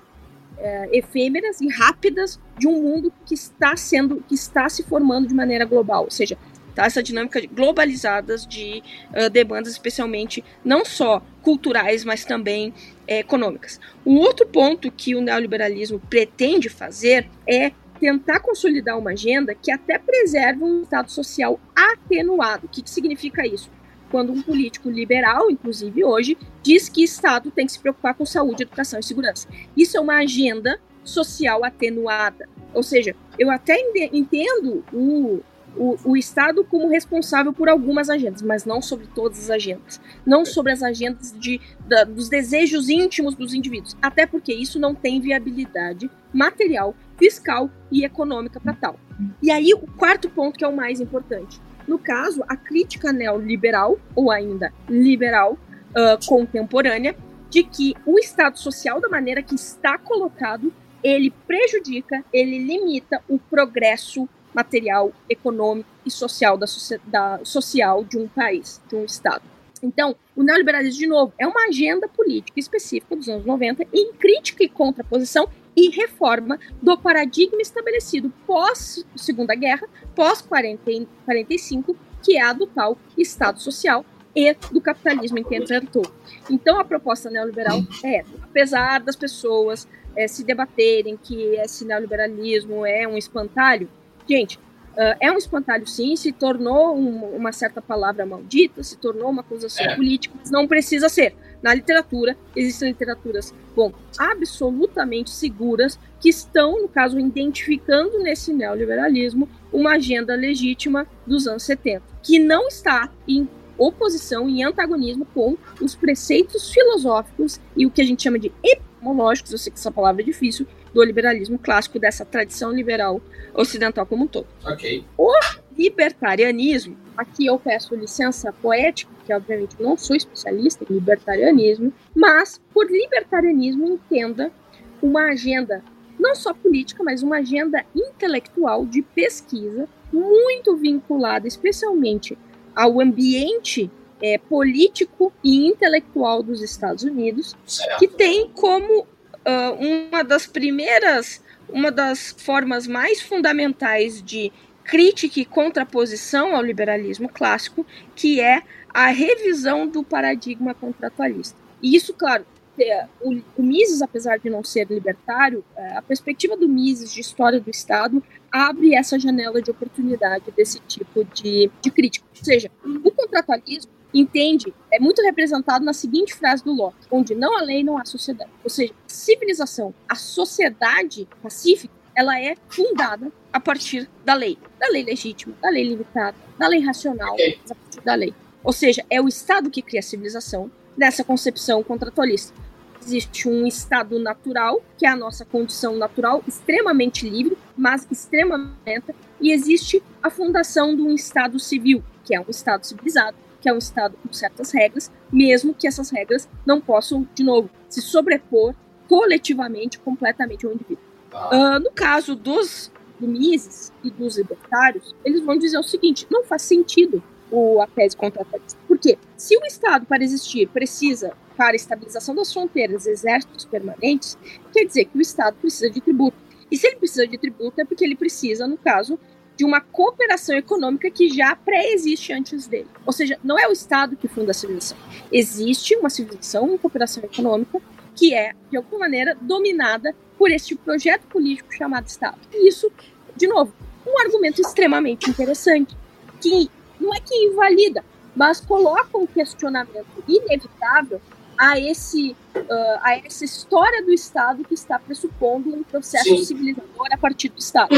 é, efêmeras e rápidas de um mundo que está sendo, que está se formando de maneira global, ou seja, tá, essa dinâmica globalizadas de uh, demandas, especialmente não só culturais, mas também é, econômicas. Um outro ponto que o neoliberalismo pretende fazer é tentar consolidar uma agenda que até preserve um Estado social atenuado. O que, que significa isso? Quando um político liberal, inclusive hoje, diz que o Estado tem que se preocupar com saúde, educação e segurança. Isso é uma agenda social atenuada. Ou seja, eu até entendo o, o, o Estado como responsável por algumas agendas, mas não sobre todas as agendas. Não sobre as agendas de, da, dos desejos íntimos dos indivíduos. Até porque isso não tem viabilidade material, fiscal e econômica para tal. E aí, o quarto ponto, que é o mais importante. No caso, a crítica neoliberal, ou ainda liberal, uh, contemporânea, de que o Estado Social, da maneira que está colocado, ele prejudica, ele limita o progresso material, econômico e social, da, da, social de um país, de um Estado. Então, o neoliberalismo, de novo, é uma agenda política específica dos anos noventa em crítica e contraposição e reforma do paradigma estabelecido pós-Segunda Guerra, pós-quarenta e cinco, que é a do tal Estado Social e do capitalismo em que entrou. Então, a proposta neoliberal é essa. Apesar das pessoas é, se debaterem que esse neoliberalismo é um espantalho, gente, uh, é um espantalho sim, se tornou um, uma certa palavra maldita, se tornou uma acusação é. política, mas não precisa ser. Na literatura, existem literaturas, bom, absolutamente seguras, que estão, no caso, identificando nesse neoliberalismo uma agenda legítima dos anos setenta, que não está em oposição, em antagonismo com os preceitos filosóficos e o que a gente chama de epistemológicos, eu sei que essa palavra é difícil, do liberalismo clássico, dessa tradição liberal ocidental como um todo. Okay. O libertarianismo, aqui eu peço licença poética, que obviamente eu não sou especialista em libertarianismo, mas por libertarianismo entenda uma agenda não só política, mas uma agenda intelectual de pesquisa muito vinculada especialmente ao ambiente é, político e intelectual dos Estados Unidos, certo. Que tem como uh, uma das primeiras, uma das formas mais fundamentais de crítica e contraposição ao liberalismo clássico, que é a revisão do paradigma contratualista. E isso, claro, o, o Mises, apesar de não ser libertário, a perspectiva do Mises de história do Estado abre essa janela de oportunidade desse tipo de, de crítica. Ou seja, o contratualismo entende, é muito representado na seguinte frase do Locke, onde não há lei, não há sociedade. Ou seja, a civilização, a sociedade pacífica, ela é fundada a partir da lei. Da lei legítima, da lei limitada, da lei racional, okay. a partir da lei. Ou seja, é o Estado que cria a civilização nessa concepção contratualista. Existe um estado natural, que é a nossa condição natural, extremamente livre, mas extremamente lenta, e existe a fundação de um estado civil, que é um estado civilizado, que é um estado com certas regras, mesmo que essas regras não possam, de novo, se sobrepor coletivamente, completamente ao indivíduo. Uh, no caso dos do Mises e dos libertários, eles vão dizer o seguinte: não faz sentido o, a tese contratualista. Por quê? Se o Estado, para existir, precisa, para a estabilização das fronteiras, exércitos permanentes, quer dizer que o Estado precisa de tributo. E se ele precisa de tributo é porque ele precisa, no caso, de uma cooperação econômica que já pré-existe antes dele. Ou seja, não é o Estado que funda a civilização. Existe uma civilização, uma cooperação econômica que é, de alguma maneira, dominada por este projeto político chamado Estado. E isso, de novo, um argumento extremamente interessante, que não é que invalida, mas coloca um questionamento inevitável a, esse, uh, a essa história do Estado que está pressupondo um processo Sim. civilizador a partir do Estado.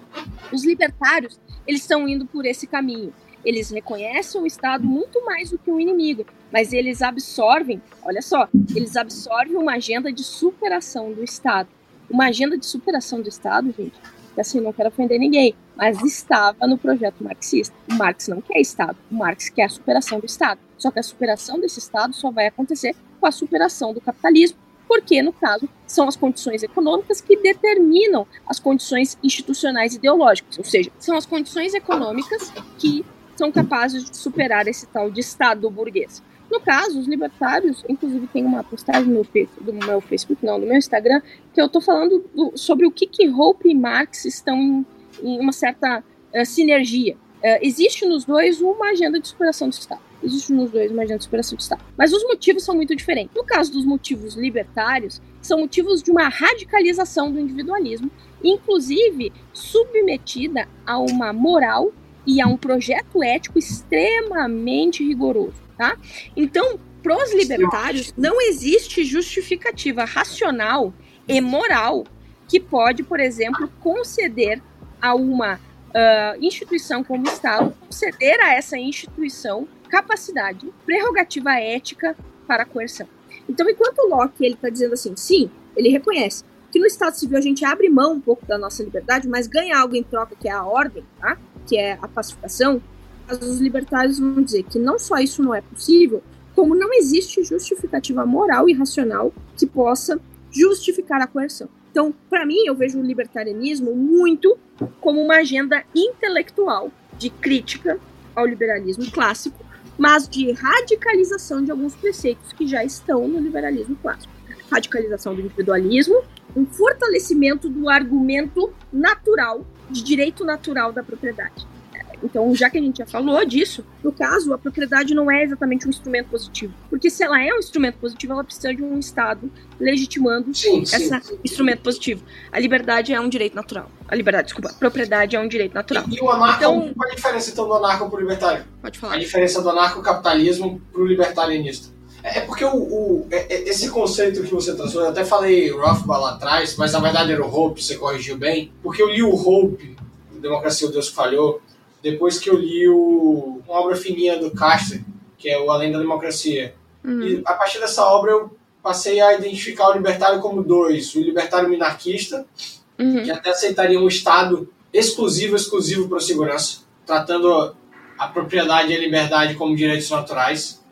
Os libertários, eles estão indo por esse caminho. Eles reconhecem o Estado muito mais do que um inimigo, mas eles absorvem, olha só, eles absorvem uma agenda de superação do Estado. Uma agenda de superação do Estado, gente, que assim, não quero ofender ninguém, mas estava no projeto marxista. O Marx não quer Estado, o Marx quer a superação do Estado. Só que a superação desse Estado só vai acontecer com a superação do capitalismo, porque, no caso, são as condições econômicas que determinam as condições institucionais e ideológicas, ou seja, são as condições econômicas que são capazes de superar esse tal de Estado burguês. No caso, os libertários, inclusive tem uma postagem no do meu Facebook, não, no meu Instagram, que eu estou falando do, sobre o que, que Hoppe e Marx estão em, em uma certa uh, sinergia. Uh, existe nos dois uma agenda de superação do Estado. Existe nos dois uma agenda de superação do Estado. Mas os motivos são muito diferentes. No caso dos motivos libertários, são motivos de uma radicalização do individualismo, inclusive submetida a uma moral e a um projeto ético extremamente rigoroso. Tá? Então, para os libertários, não existe justificativa racional e moral que pode, por exemplo, conceder a uma uh, instituição como o Estado, conceder a essa instituição capacidade, prerrogativa ética para a coerção. Então, enquanto o Locke está dizendo assim, sim, ele reconhece que no Estado Civil a gente abre mão um pouco da nossa liberdade, mas ganha algo em troca, que é a ordem, tá? Que é a pacificação. Os libertários vão dizer que não só isso não é possível, como não existe justificativa moral e racional que possa justificar a coerção. Então, para mim, eu vejo o libertarianismo muito como uma agenda intelectual de crítica ao liberalismo clássico, mas de radicalização de alguns preceitos que já estão no liberalismo clássico. Radicalização do individualismo, um fortalecimento do argumento natural, de direito natural da propriedade. Então, já que a gente já falou disso, no caso, a propriedade não é exatamente um instrumento positivo. Porque se ela é um instrumento positivo, ela precisa de um Estado legitimando sim, esse instrumento positivo. A liberdade é um direito natural. A liberdade, desculpa, a propriedade é um direito natural. E, e o anarco, então, qual a diferença então do anarco para o libertário? Pode falar. A diferença do anarcocapitalismo para o libertarianista. É porque o, o, esse conceito que você trouxe, eu até falei Rothbard lá atrás, mas na verdade era o Hoppe, você corrigiu bem, porque eu li o Hoppe, Democracia, o Deus que Falhou, depois que eu li o, uma obra fininha do Castro, que é o Além da Democracia. Uhum. E a partir dessa obra eu passei a identificar o libertário como dois. O libertário minarquista, uhum. que até aceitaria um Estado exclusivo, exclusivo para a segurança, tratando a propriedade e a liberdade como direitos naturais.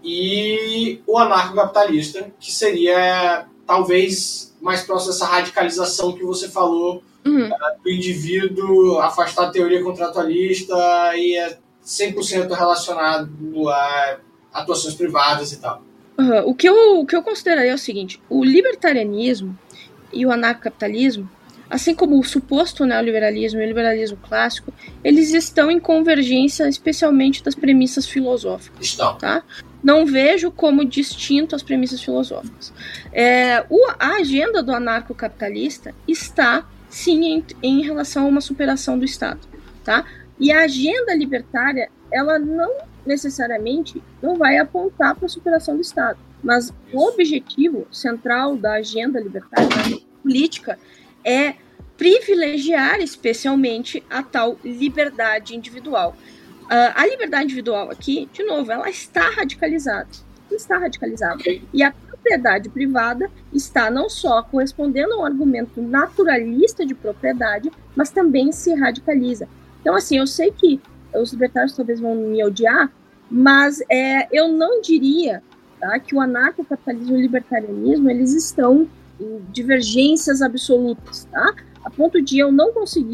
E o anarcocapitalista, que seria talvez mais próximo dessa radicalização que você falou, Uhum. do indivíduo afastar a teoria contratualista e é cem por cento relacionado a atuações privadas e tal. Uhum. O, que eu, o que eu consideraria é o seguinte: o libertarianismo e o anarcocapitalismo, assim como o suposto neoliberalismo e o liberalismo clássico, eles estão em convergência especialmente das premissas filosóficas. Estão. Tá? Não vejo como distinto as premissas filosóficas. É, o, a agenda do anarcocapitalista está sim em, em relação a uma superação do Estado, tá? E a agenda libertária, ela não necessariamente não vai apontar para a superação do Estado, mas o objetivo central da agenda libertária, da política, é privilegiar especialmente a tal liberdade individual. Uh, a liberdade individual aqui, de novo, ela está radicalizada, está radicalizada, okay. E a propriedade privada está não só correspondendo a um argumento naturalista de propriedade, mas também se radicaliza. Então, assim, eu sei que os libertários talvez vão me odiar, mas é, eu não diria, tá, que o anarcocapitalismo e o libertarianismo, eles estão em divergências absolutas, tá? A ponto de eu não conseguir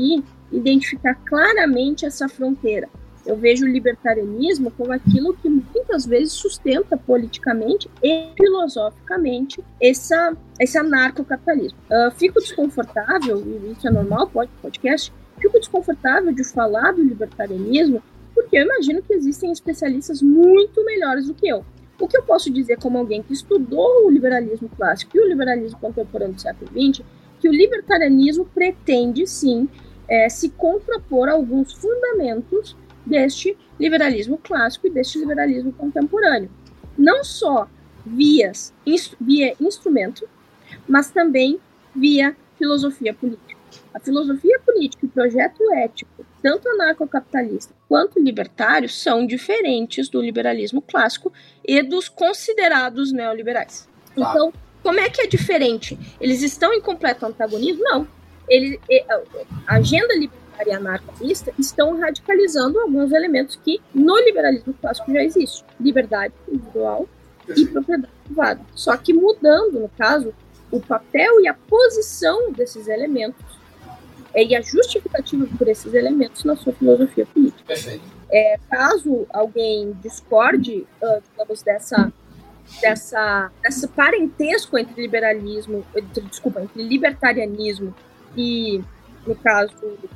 identificar claramente essa fronteira. Eu vejo o libertarianismo como aquilo que muitas vezes sustenta politicamente e filosoficamente essa, esse anarcocapitalismo. Uh, fico desconfortável, e isso é normal, pode podcast, fico desconfortável de falar do libertarianismo, porque eu imagino que existem especialistas muito melhores do que eu. O que eu posso dizer como alguém que estudou o liberalismo clássico e o liberalismo contemporâneo do século vinte, que o libertarianismo pretende, sim, é, se contrapor a alguns fundamentos deste liberalismo clássico e deste liberalismo contemporâneo. Não só vias, instru- via instrumento, mas também via filosofia política. A filosofia política e o projeto ético, tanto anarcocapitalista quanto libertário, são diferentes do liberalismo clássico e dos considerados neoliberais. Tá. Então, como é que é diferente? Eles estão em completo antagonismo? Não. Ele, a agenda libertária e anarquista estão radicalizando alguns elementos que no liberalismo clássico já existem. Liberdade individual e propriedade privada. Só que mudando, no caso, o papel e a posição desses elementos e a justificativa por esses elementos na sua filosofia política. Perfeito. É, caso alguém discorde, uh, digamos, dessa, dessa, dessa parentesco entre liberalismo, entre, desculpa, entre libertarianismo e, no caso,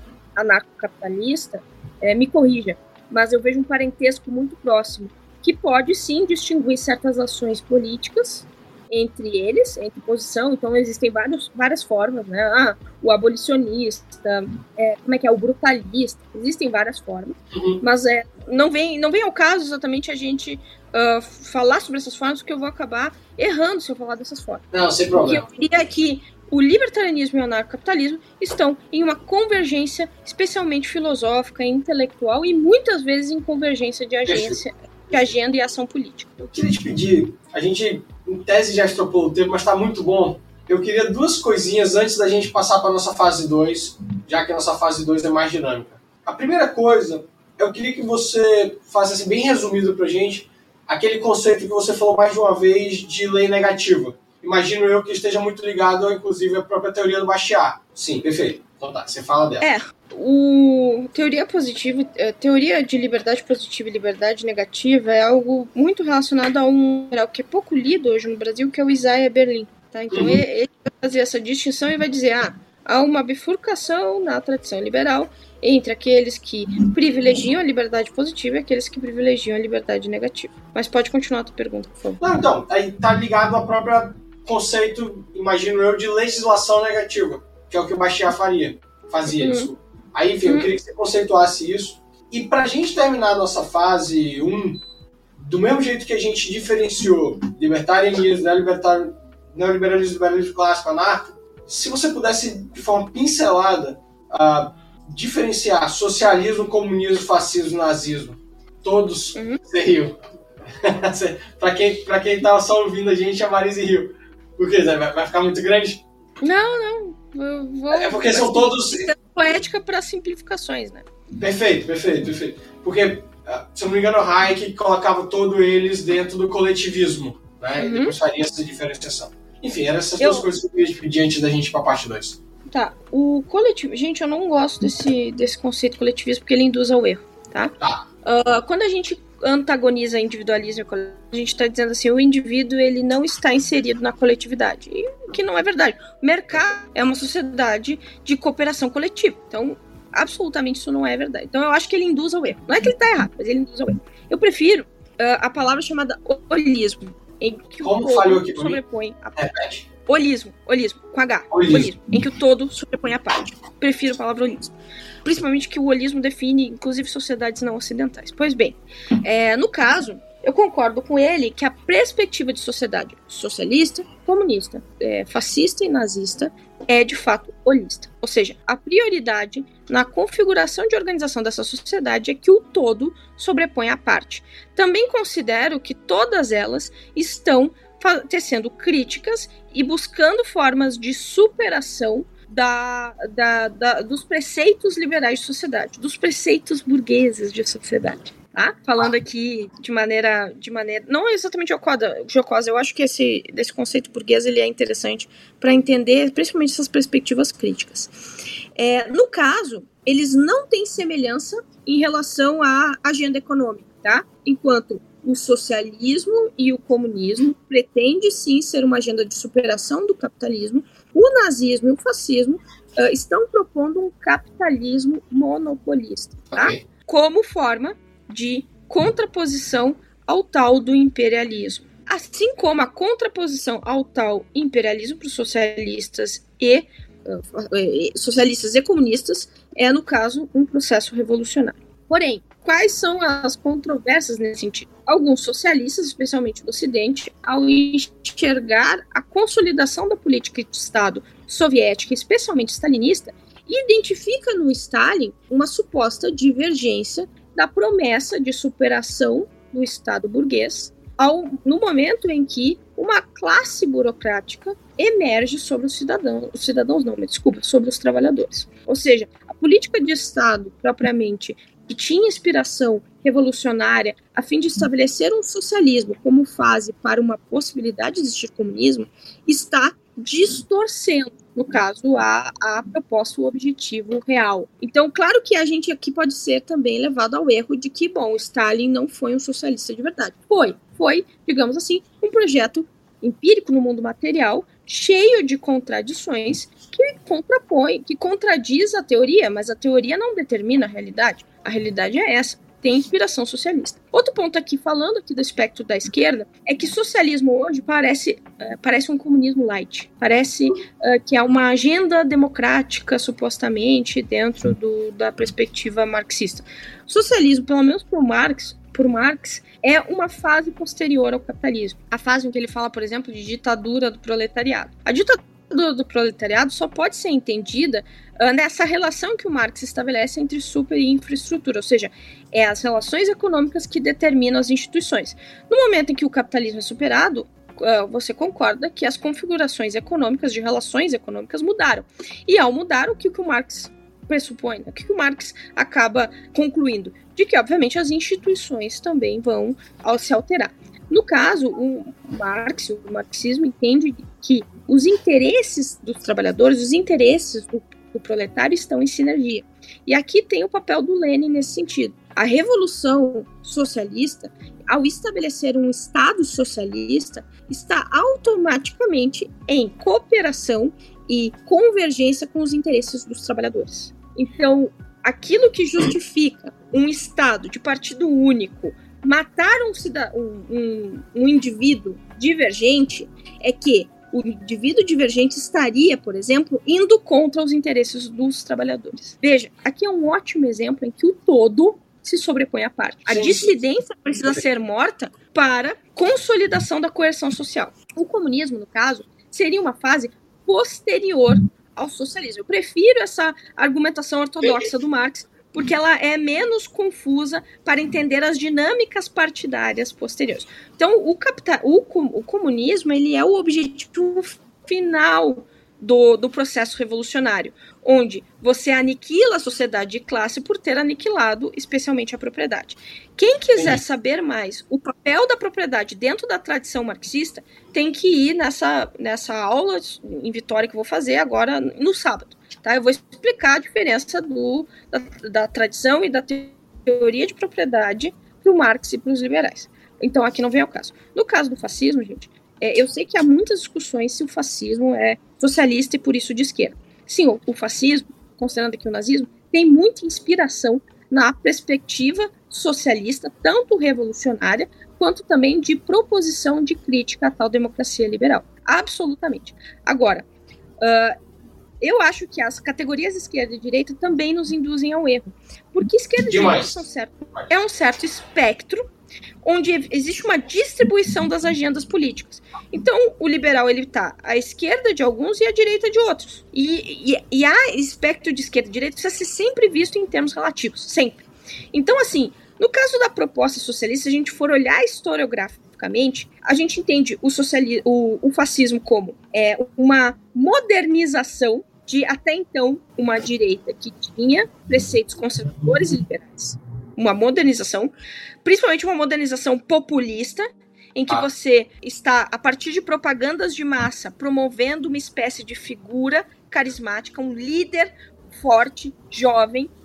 anarcocapitalista, é, me corrija, mas eu vejo um parentesco muito próximo, que pode sim distinguir certas ações políticas entre eles, entre posição. Então existem vários, várias formas, né? Ah, o abolicionista, é, como é que é, o brutalista, existem várias formas, uhum. mas é, não, vem, não vem ao caso exatamente a gente uh, falar sobre essas formas, porque eu vou acabar errando se eu falar dessas formas. Não, sem problema. O que eu diria é que o libertarianismo e o anarcocapitalismo estão em uma convergência especialmente filosófica, intelectual e muitas vezes em convergência de agência, de agenda e ação política. Eu queria te pedir, a gente em tese já extrapolou o tempo, mas está muito bom. Eu queria duas coisinhas antes da gente passar para a nossa fase dois, já que a nossa fase dois é mais dinâmica. A primeira coisa, eu queria que você fizesse assim, bem resumido para a gente aquele conceito que você falou mais de uma vez de lei negativa. Imagino eu que esteja muito ligado, inclusive, à própria teoria do Bastiat. Sim, perfeito. Então tá, você fala dela. É, o teoria positiva, teoria de liberdade positiva e liberdade negativa é algo muito relacionado a um geral que é pouco lido hoje no Brasil, que é o Isaiah Berlin. Tá? Então uhum. ele, ele vai fazer essa distinção e vai dizer, ah, há uma bifurcação na tradição liberal entre aqueles que privilegiam a liberdade positiva e aqueles que privilegiam a liberdade negativa. Mas pode continuar a tua pergunta, por favor. Não, então, aí tá ligado ao próprio conceito, imagino eu, de legislação negativa, que é o que o Bastiat faria, fazia uhum. isso. Aí, enfim, uhum. eu queria que você conceituasse isso. E pra gente terminar a nossa fase um, do mesmo jeito que a gente diferenciou libertarianismo, neoliberalismo, neoliberalismo, liberalismo clássico, anarco, se você pudesse, de forma pincelada, uh, diferenciar socialismo, comunismo, fascismo, nazismo, todos uhum. você riu. Pra quem, pra quem tava só ouvindo a gente, a Marisa riu. Por quê? Vai, vai ficar muito grande? Não, não. Eu vou... É porque são todos... poética para simplificações, né? Perfeito, perfeito, perfeito. Porque, se eu não me engano, o Hayek colocava todos eles dentro do coletivismo, né? Uhum. E depois faria essa diferenciação. Enfim, eram essas eu... duas coisas que eu queria pedir antes da gente ir para a parte dois. Tá, o coletivo... Gente, eu não gosto desse, desse conceito coletivismo porque ele induz ao erro, tá? Tá. Uh, quando a gente antagoniza individualismo e coletivismo, a gente está dizendo assim, o indivíduo ele não está inserido na coletividade, e que não é verdade. O mercado é uma sociedade de cooperação coletiva, então absolutamente isso não é verdade. Então eu acho que ele induz ao erro. Não é que ele está errado, mas ele induz ao erro. Eu prefiro uh, a palavra chamada holismo, em que Como o falhou aqui todo sobrepõe a parte. Repete. Holismo, holismo, com H, holismo. holismo, em que o todo sobrepõe a parte. Prefiro a palavra holismo. Principalmente que o holismo define, inclusive, sociedades não ocidentais. Pois bem, é, no caso, eu concordo com ele que a perspectiva de sociedade socialista, comunista, é, fascista e nazista é, de fato, holista. Ou seja, a prioridade na configuração de organização dessa sociedade é que o todo sobrepõe a parte. Também considero que todas elas estão tecendo críticas e buscando formas de superação Da, da, da, dos preceitos liberais de sociedade, dos preceitos burgueses de sociedade, tá? Falando aqui de maneira, de maneira não exatamente jocosa, jocosa, eu acho que esse, esse conceito burguês ele é interessante para entender principalmente essas perspectivas críticas. É, no caso, eles não têm semelhança em relação à agenda econômica, tá? Enquanto o socialismo e o comunismo pretendem sim ser uma agenda de superação do capitalismo, o nazismo e o fascismo uh, estão propondo um capitalismo monopolista, tá? Okay. Como forma de contraposição ao tal do imperialismo. Assim como a contraposição ao tal imperialismo para os socialistas e uh, socialistas e comunistas é, no caso, um processo revolucionário. Porém, quais são as controvérsias nesse sentido? Alguns socialistas, especialmente do Ocidente, ao enxergar a consolidação da política de Estado soviética, especialmente stalinista, identifica no Stalin uma suposta divergência da promessa de superação do Estado burguês ao, no momento em que uma classe burocrática emerge sobre os cidadãos, os cidadãos não, me desculpa, sobre os trabalhadores. Ou seja, a política de Estado propriamente que tinha inspiração revolucionária a fim de estabelecer um socialismo como fase para uma possibilidade de existir comunismo, está distorcendo, no caso, a, a proposta, o objetivo real. Então, claro que a gente aqui pode ser também levado ao erro de que, bom, Stalin não foi um socialista de verdade. Foi, foi, digamos assim, um projeto empírico no mundo material, cheio de contradições, que contrapõe, que contradiz a teoria, mas a teoria não determina a realidade. A realidade é essa, tem inspiração socialista. Outro ponto aqui, falando aqui do espectro da esquerda, é que socialismo hoje parece, uh, parece um comunismo light. Parece uh, que é uma agenda democrática, supostamente, dentro do, da perspectiva marxista. Socialismo, pelo menos por Marx, por Marx, é uma fase posterior ao capitalismo. A fase em que ele fala, por exemplo, de ditadura do proletariado. A ditadura do, do proletariado só pode ser entendida uh, nessa relação que o Marx estabelece entre super e infraestrutura, ou seja, é as relações econômicas que determinam as instituições. No momento em que o capitalismo é superado, uh, você concorda que as configurações econômicas, de relações econômicas, mudaram. E ao mudar, o que o Marx pressupõe, o que o Marx acaba concluindo? De que, obviamente, as instituições também vão se alterar. No caso, o Marx, o marxismo entende que os interesses dos trabalhadores, os interesses do, do proletário estão em sinergia. E aqui tem o papel do Lenin nesse sentido. A Revolução Socialista, ao estabelecer um Estado socialista, está automaticamente em cooperação e convergência com os interesses dos trabalhadores. Então, aquilo que justifica um Estado de partido único matar um, cida- um, um, um indivíduo divergente é que o indivíduo divergente estaria, por exemplo, indo contra os interesses dos trabalhadores. Veja, aqui é um ótimo exemplo em que o todo se sobrepõe à parte. A dissidência precisa ser morta para consolidação da coerção social. O comunismo, no caso, seria uma fase posterior ao socialismo. Eu prefiro essa argumentação ortodoxa do Marx, porque ela é menos confusa para entender as dinâmicas partidárias posteriores. Então, o, capital, o, o comunismo ele é o objetivo final do, do processo revolucionário, onde você aniquila a sociedade de classe por ter aniquilado especialmente a propriedade. Quem quiser saber mais o papel da propriedade dentro da tradição marxista, tem que ir nessa, nessa aula em Vitória que eu vou fazer agora no sábado. Tá? Eu vou explicar a diferença do, da, da tradição e da teoria de propriedade para o Marx e para os liberais. Então, aqui não vem ao caso. No caso do fascismo, gente, é, eu sei que há muitas discussões se o fascismo é socialista e por isso de esquerda. Sim, o, o fascismo, considerando aqui o nazismo, tem muita inspiração na perspectiva socialista, tanto revolucionária, quanto também de proposição de crítica à tal democracia liberal. Absolutamente. Agora, uh, eu acho que as categorias esquerda e direita também nos induzem ao erro. Porque esquerda e direita são certo, é um certo espectro onde existe uma distribuição das agendas políticas. Então, o liberal ele está à esquerda de alguns e à direita de outros. E, e, e a espectro de esquerda e direita precisa ser sempre visto em termos relativos, sempre. Então, assim, no caso da proposta socialista, se a gente for olhar historiograficamente, a gente entende o, sociali- o, o fascismo como é, uma modernização de, até então, uma direita que tinha preceitos conservadores e liberais. Uma modernização, principalmente uma modernização populista, em que ah. você está, a partir de propagandas de massa, promovendo uma espécie de figura carismática, um líder forte, jovem,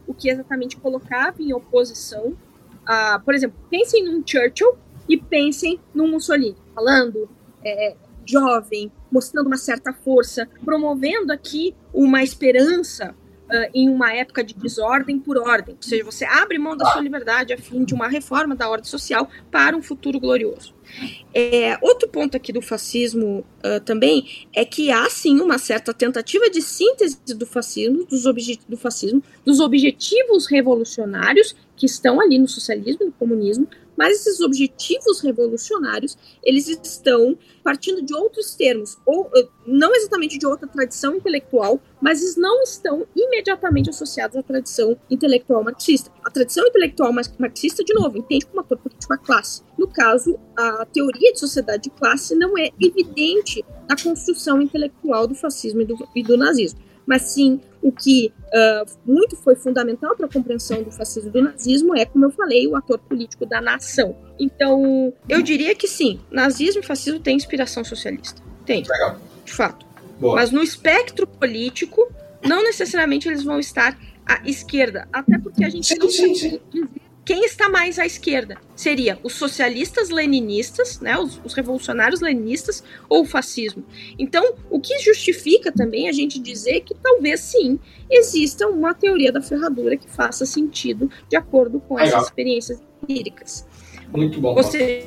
o que exatamente colocava em oposição a, por exemplo, pensem num Churchill e pensem num Mussolini, falando é, jovem, mostrando uma certa força, promovendo aqui uma esperança uh, em uma época de desordem por ordem. Ou seja, você abre mão da sua liberdade a fim de uma reforma da ordem social para um futuro glorioso. É, outro ponto aqui do fascismo uh, também é que há sim uma certa tentativa de síntese do fascismo, dos, obje- do fascismo, dos objetivos revolucionários que estão ali no socialismo e no comunismo, mas esses objetivos revolucionários, eles estão partindo de outros termos, ou não exatamente de outra tradição intelectual, mas eles não estão imediatamente associados à tradição intelectual marxista. A tradição intelectual marxista, de novo, entende como ator político a classe. No caso, a teoria de sociedade de classe não é evidente na construção intelectual do fascismo e do, e do nazismo, mas sim o que uh, muito foi fundamental para a compreensão do fascismo e do nazismo é, como eu falei, o ator político da nação. Então, eu diria que sim, nazismo e fascismo têm inspiração socialista. Tem, Legal. De fato. Boa. Mas no espectro político, não necessariamente eles vão estar à esquerda, até porque a gente Sim, não sim, pode sim. dizer quem está mais à esquerda. Seria os socialistas leninistas, né, os, os revolucionários leninistas, ou o fascismo. Então, o que justifica também a gente dizer que talvez sim exista uma teoria da ferradura que faça sentido de acordo com Legal. essas experiências empíricas. Muito bom. Ou seja,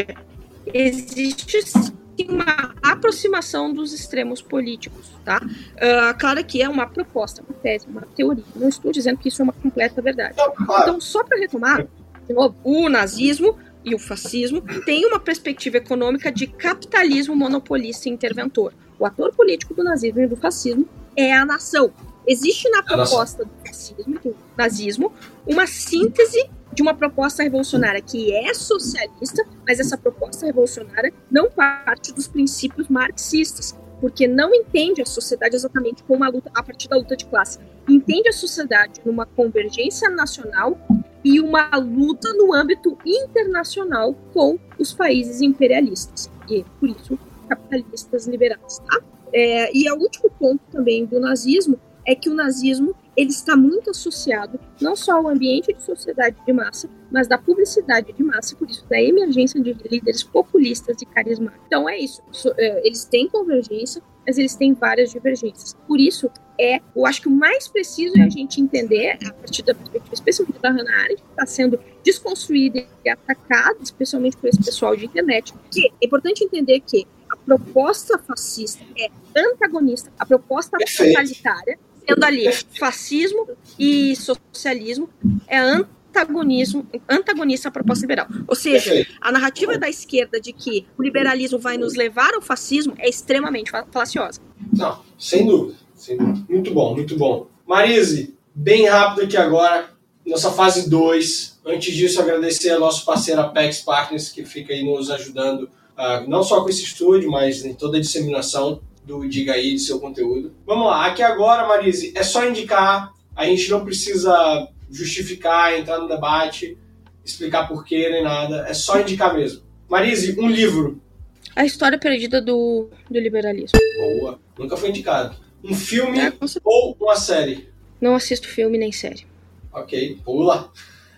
existe sim uma aproximação dos extremos políticos, tá? Uh, claro que é uma proposta, uma tese, uma teoria. Não estou dizendo que isso é uma completa verdade. Não, claro. Então, só para retomar, de novo, o nazismo e o fascismo têm uma perspectiva econômica de capitalismo monopolista e interventor. O ator político do nazismo e do fascismo é a nação. Existe na proposta do fascismo e do nazismo uma síntese de uma proposta revolucionária que é socialista, mas essa proposta revolucionária não parte dos princípios marxistas, porque não entende a sociedade exatamente como uma luta a partir da luta de classe. Entende a sociedade numa convergência nacional e uma luta no âmbito internacional com os países imperialistas, e por isso capitalistas liberais, tá? É, e o último ponto também do nazismo é que o nazismo ele está muito associado não só ao ambiente de sociedade de massa, mas da publicidade de massa, por isso da emergência de líderes populistas e carismáticos. Então é isso, eles têm convergência, mas eles têm várias divergências. Por isso, é, eu acho que o mais preciso é a gente entender, a partir da perspectiva especialmente da Hannah Arendt, que está sendo desconstruída e atacada, especialmente por esse pessoal de internet, que é importante entender que a proposta fascista é antagonista, a proposta totalitária, sendo ali fascismo e socialismo, é antagonismo, antagonista à proposta liberal. Ou seja, a narrativa da esquerda de que o liberalismo vai nos levar ao fascismo é extremamente falaciosa. Não, sem dúvida. Sem dúvida. Muito bom, muito bom. Marise, bem rápido aqui agora, nossa fase dois. Antes disso, agradecer ao nosso parceiro Apex Partners, que fica aí nos ajudando, uh, não só com esse estúdio, mas em toda a disseminação do Diga Aí, de seu conteúdo. Vamos lá, aqui agora, Marise, é só indicar, a gente não precisa justificar, entrar no debate, explicar porquê, nem nada, é só indicar mesmo. Marise, um livro. A História Perdida do, do Liberalismo. Boa, nunca foi indicado. Um filme É, ou uma série? Não assisto filme nem série. Ok, pula.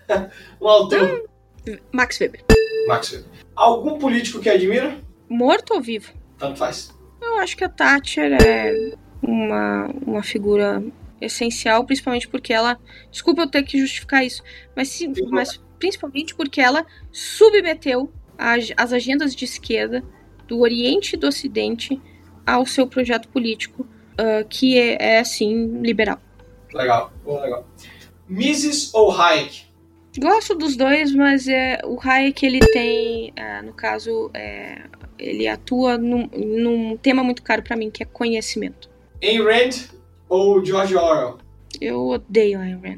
Um autor. Hum, Max Weber. Max Weber. Algum político que admira? Morto ou vivo? Tanto faz. Eu acho que a Thatcher é uma, uma figura essencial, principalmente porque ela... Desculpa eu ter que justificar isso, mas, sim, mas principalmente porque ela submeteu a, as agendas de esquerda do Oriente e do Ocidente ao seu projeto político, uh, que é, é, assim, liberal. Legal, bom, legal. Mises ou Hayek? Gosto dos dois, mas é, o Hayek, ele tem, uh, no caso, é, ele atua num, num tema muito caro pra mim, que é conhecimento. Ayn Rand ou George Orwell? Eu odeio Ayn Rand.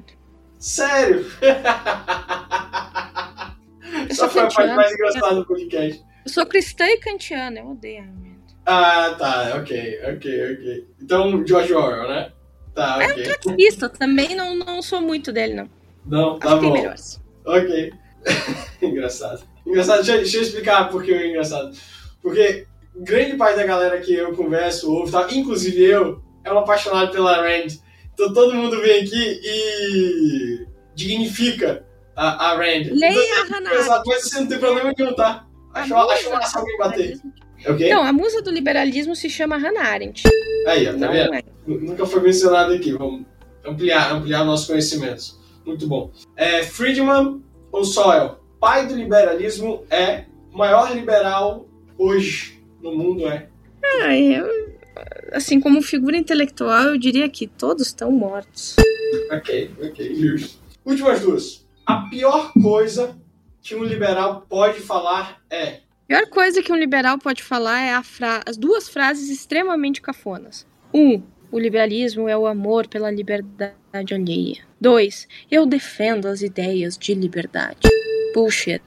Sério? Essa foi a parte mais engraçada do podcast. Eu sou cristã e kantiana, eu odeio Ayn Rand. Ah, tá, ok, ok, ok. Então, George Orwell, né? Tá, ok. É um trotskista, também não, não sou muito dele, não. Não, tá Acho que bom. tem melhores. Ok. Engraçado. Engraçado, deixa, deixa eu explicar por que é engraçado. Porque grande parte da galera que eu converso, ouve, tá, inclusive eu, é um apaixonado pela Rand. Então todo mundo vem aqui e dignifica a, a Rand. Leia então, a Hannah Arendt. Mas você não tem problema nenhum, tá? Acho, acho massa alguém bater. Okay? Então, a musa do liberalismo se chama Hannah Arendt. Aí, ó, tá Não vendo? é. Nunca foi mencionado aqui. Vamos ampliar, ampliar nossos conhecimentos. Muito bom. É, Friedman ou Sowell? Pai do liberalismo é o maior liberal hoje no mundo, é? Ah, eu, assim, como figura intelectual, eu diria que todos estão mortos. Ok, ok, justo. Últimas duas. A pior coisa que um liberal pode falar é... A pior coisa que um liberal pode falar é a fra- as duas frases extremamente cafonas. Um, o liberalismo é o amor pela liberdade alheia. Dois, eu defendo as ideias de liberdade. Bullshit.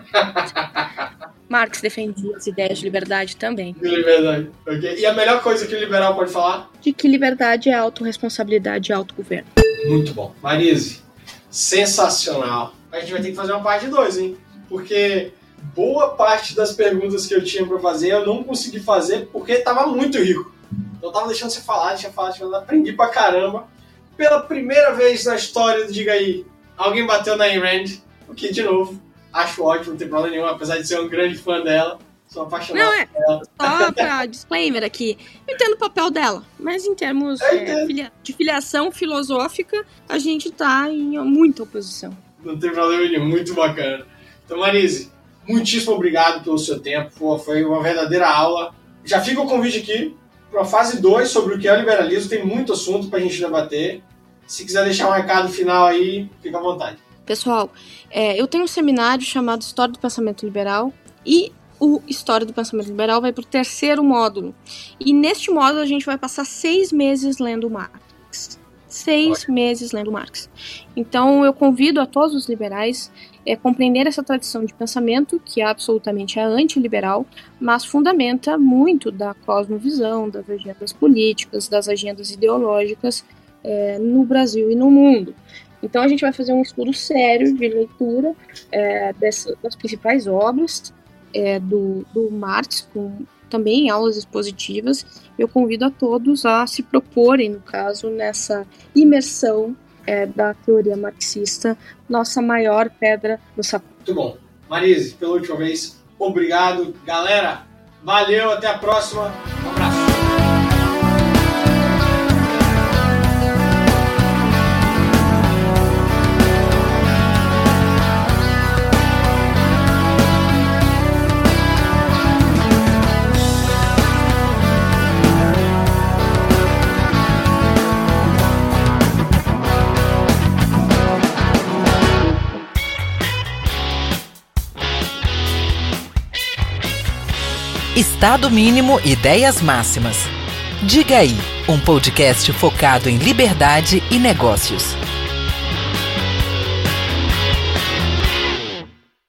Marx defendia as ideias de liberdade também. De liberdade, ok. E a melhor coisa que o liberal pode falar? De que liberdade é autorresponsabilidade e autogoverno. Muito bom. Marise, sensacional. A gente vai ter que fazer uma parte dois, hein? Porque boa parte das perguntas que eu tinha pra fazer eu não consegui fazer porque tava muito rico. Então eu tava deixando você falar, deixa eu falar, deixa eu falar. Aprendi pra caramba. Pela primeira vez na história do Diga Aí, alguém bateu na Ayn Rand. O que, de novo, acho ótimo, não tem problema nenhum, apesar de ser um grande fã dela. Sou apaixonado Não, é, por ela. só pra disclaimer aqui, eu entendo o papel dela, mas em termos é, filia- de filiação filosófica, a gente tá em muita oposição. Não tem problema nenhum, muito bacana. Então, Marise, muitíssimo obrigado pelo seu tempo, Pô, foi uma verdadeira aula. Já fica o convite aqui para a fase dois sobre o que é o liberalismo, tem muito assunto pra gente debater. Se quiser deixar um recado final aí, fica à vontade. Pessoal, é, eu tenho um seminário chamado História do Pensamento Liberal e o História do Pensamento Liberal vai para o terceiro módulo. E neste módulo a gente vai passar seis meses lendo Marx. Seis Olha. meses lendo Marx. Então eu convido a todos os liberais a compreender essa tradição de pensamento, que absolutamente é antiliberal, mas fundamenta muito da cosmovisão, das agendas políticas, das agendas ideológicas é, no Brasil e no mundo. Então a gente vai fazer um estudo sério de leitura é, dessa, das principais obras é, do, do Marx, com também aulas expositivas. Eu convido a todos a se proporem, no caso, nessa imersão é, da teoria marxista, nossa maior pedra no sapato. Muito bom. Marise, pela última vez, obrigado. Galera, valeu, até a próxima. Um abraço. Estado Mínimo, Ideias Máximas. Diga Aí, um podcast focado em liberdade e negócios.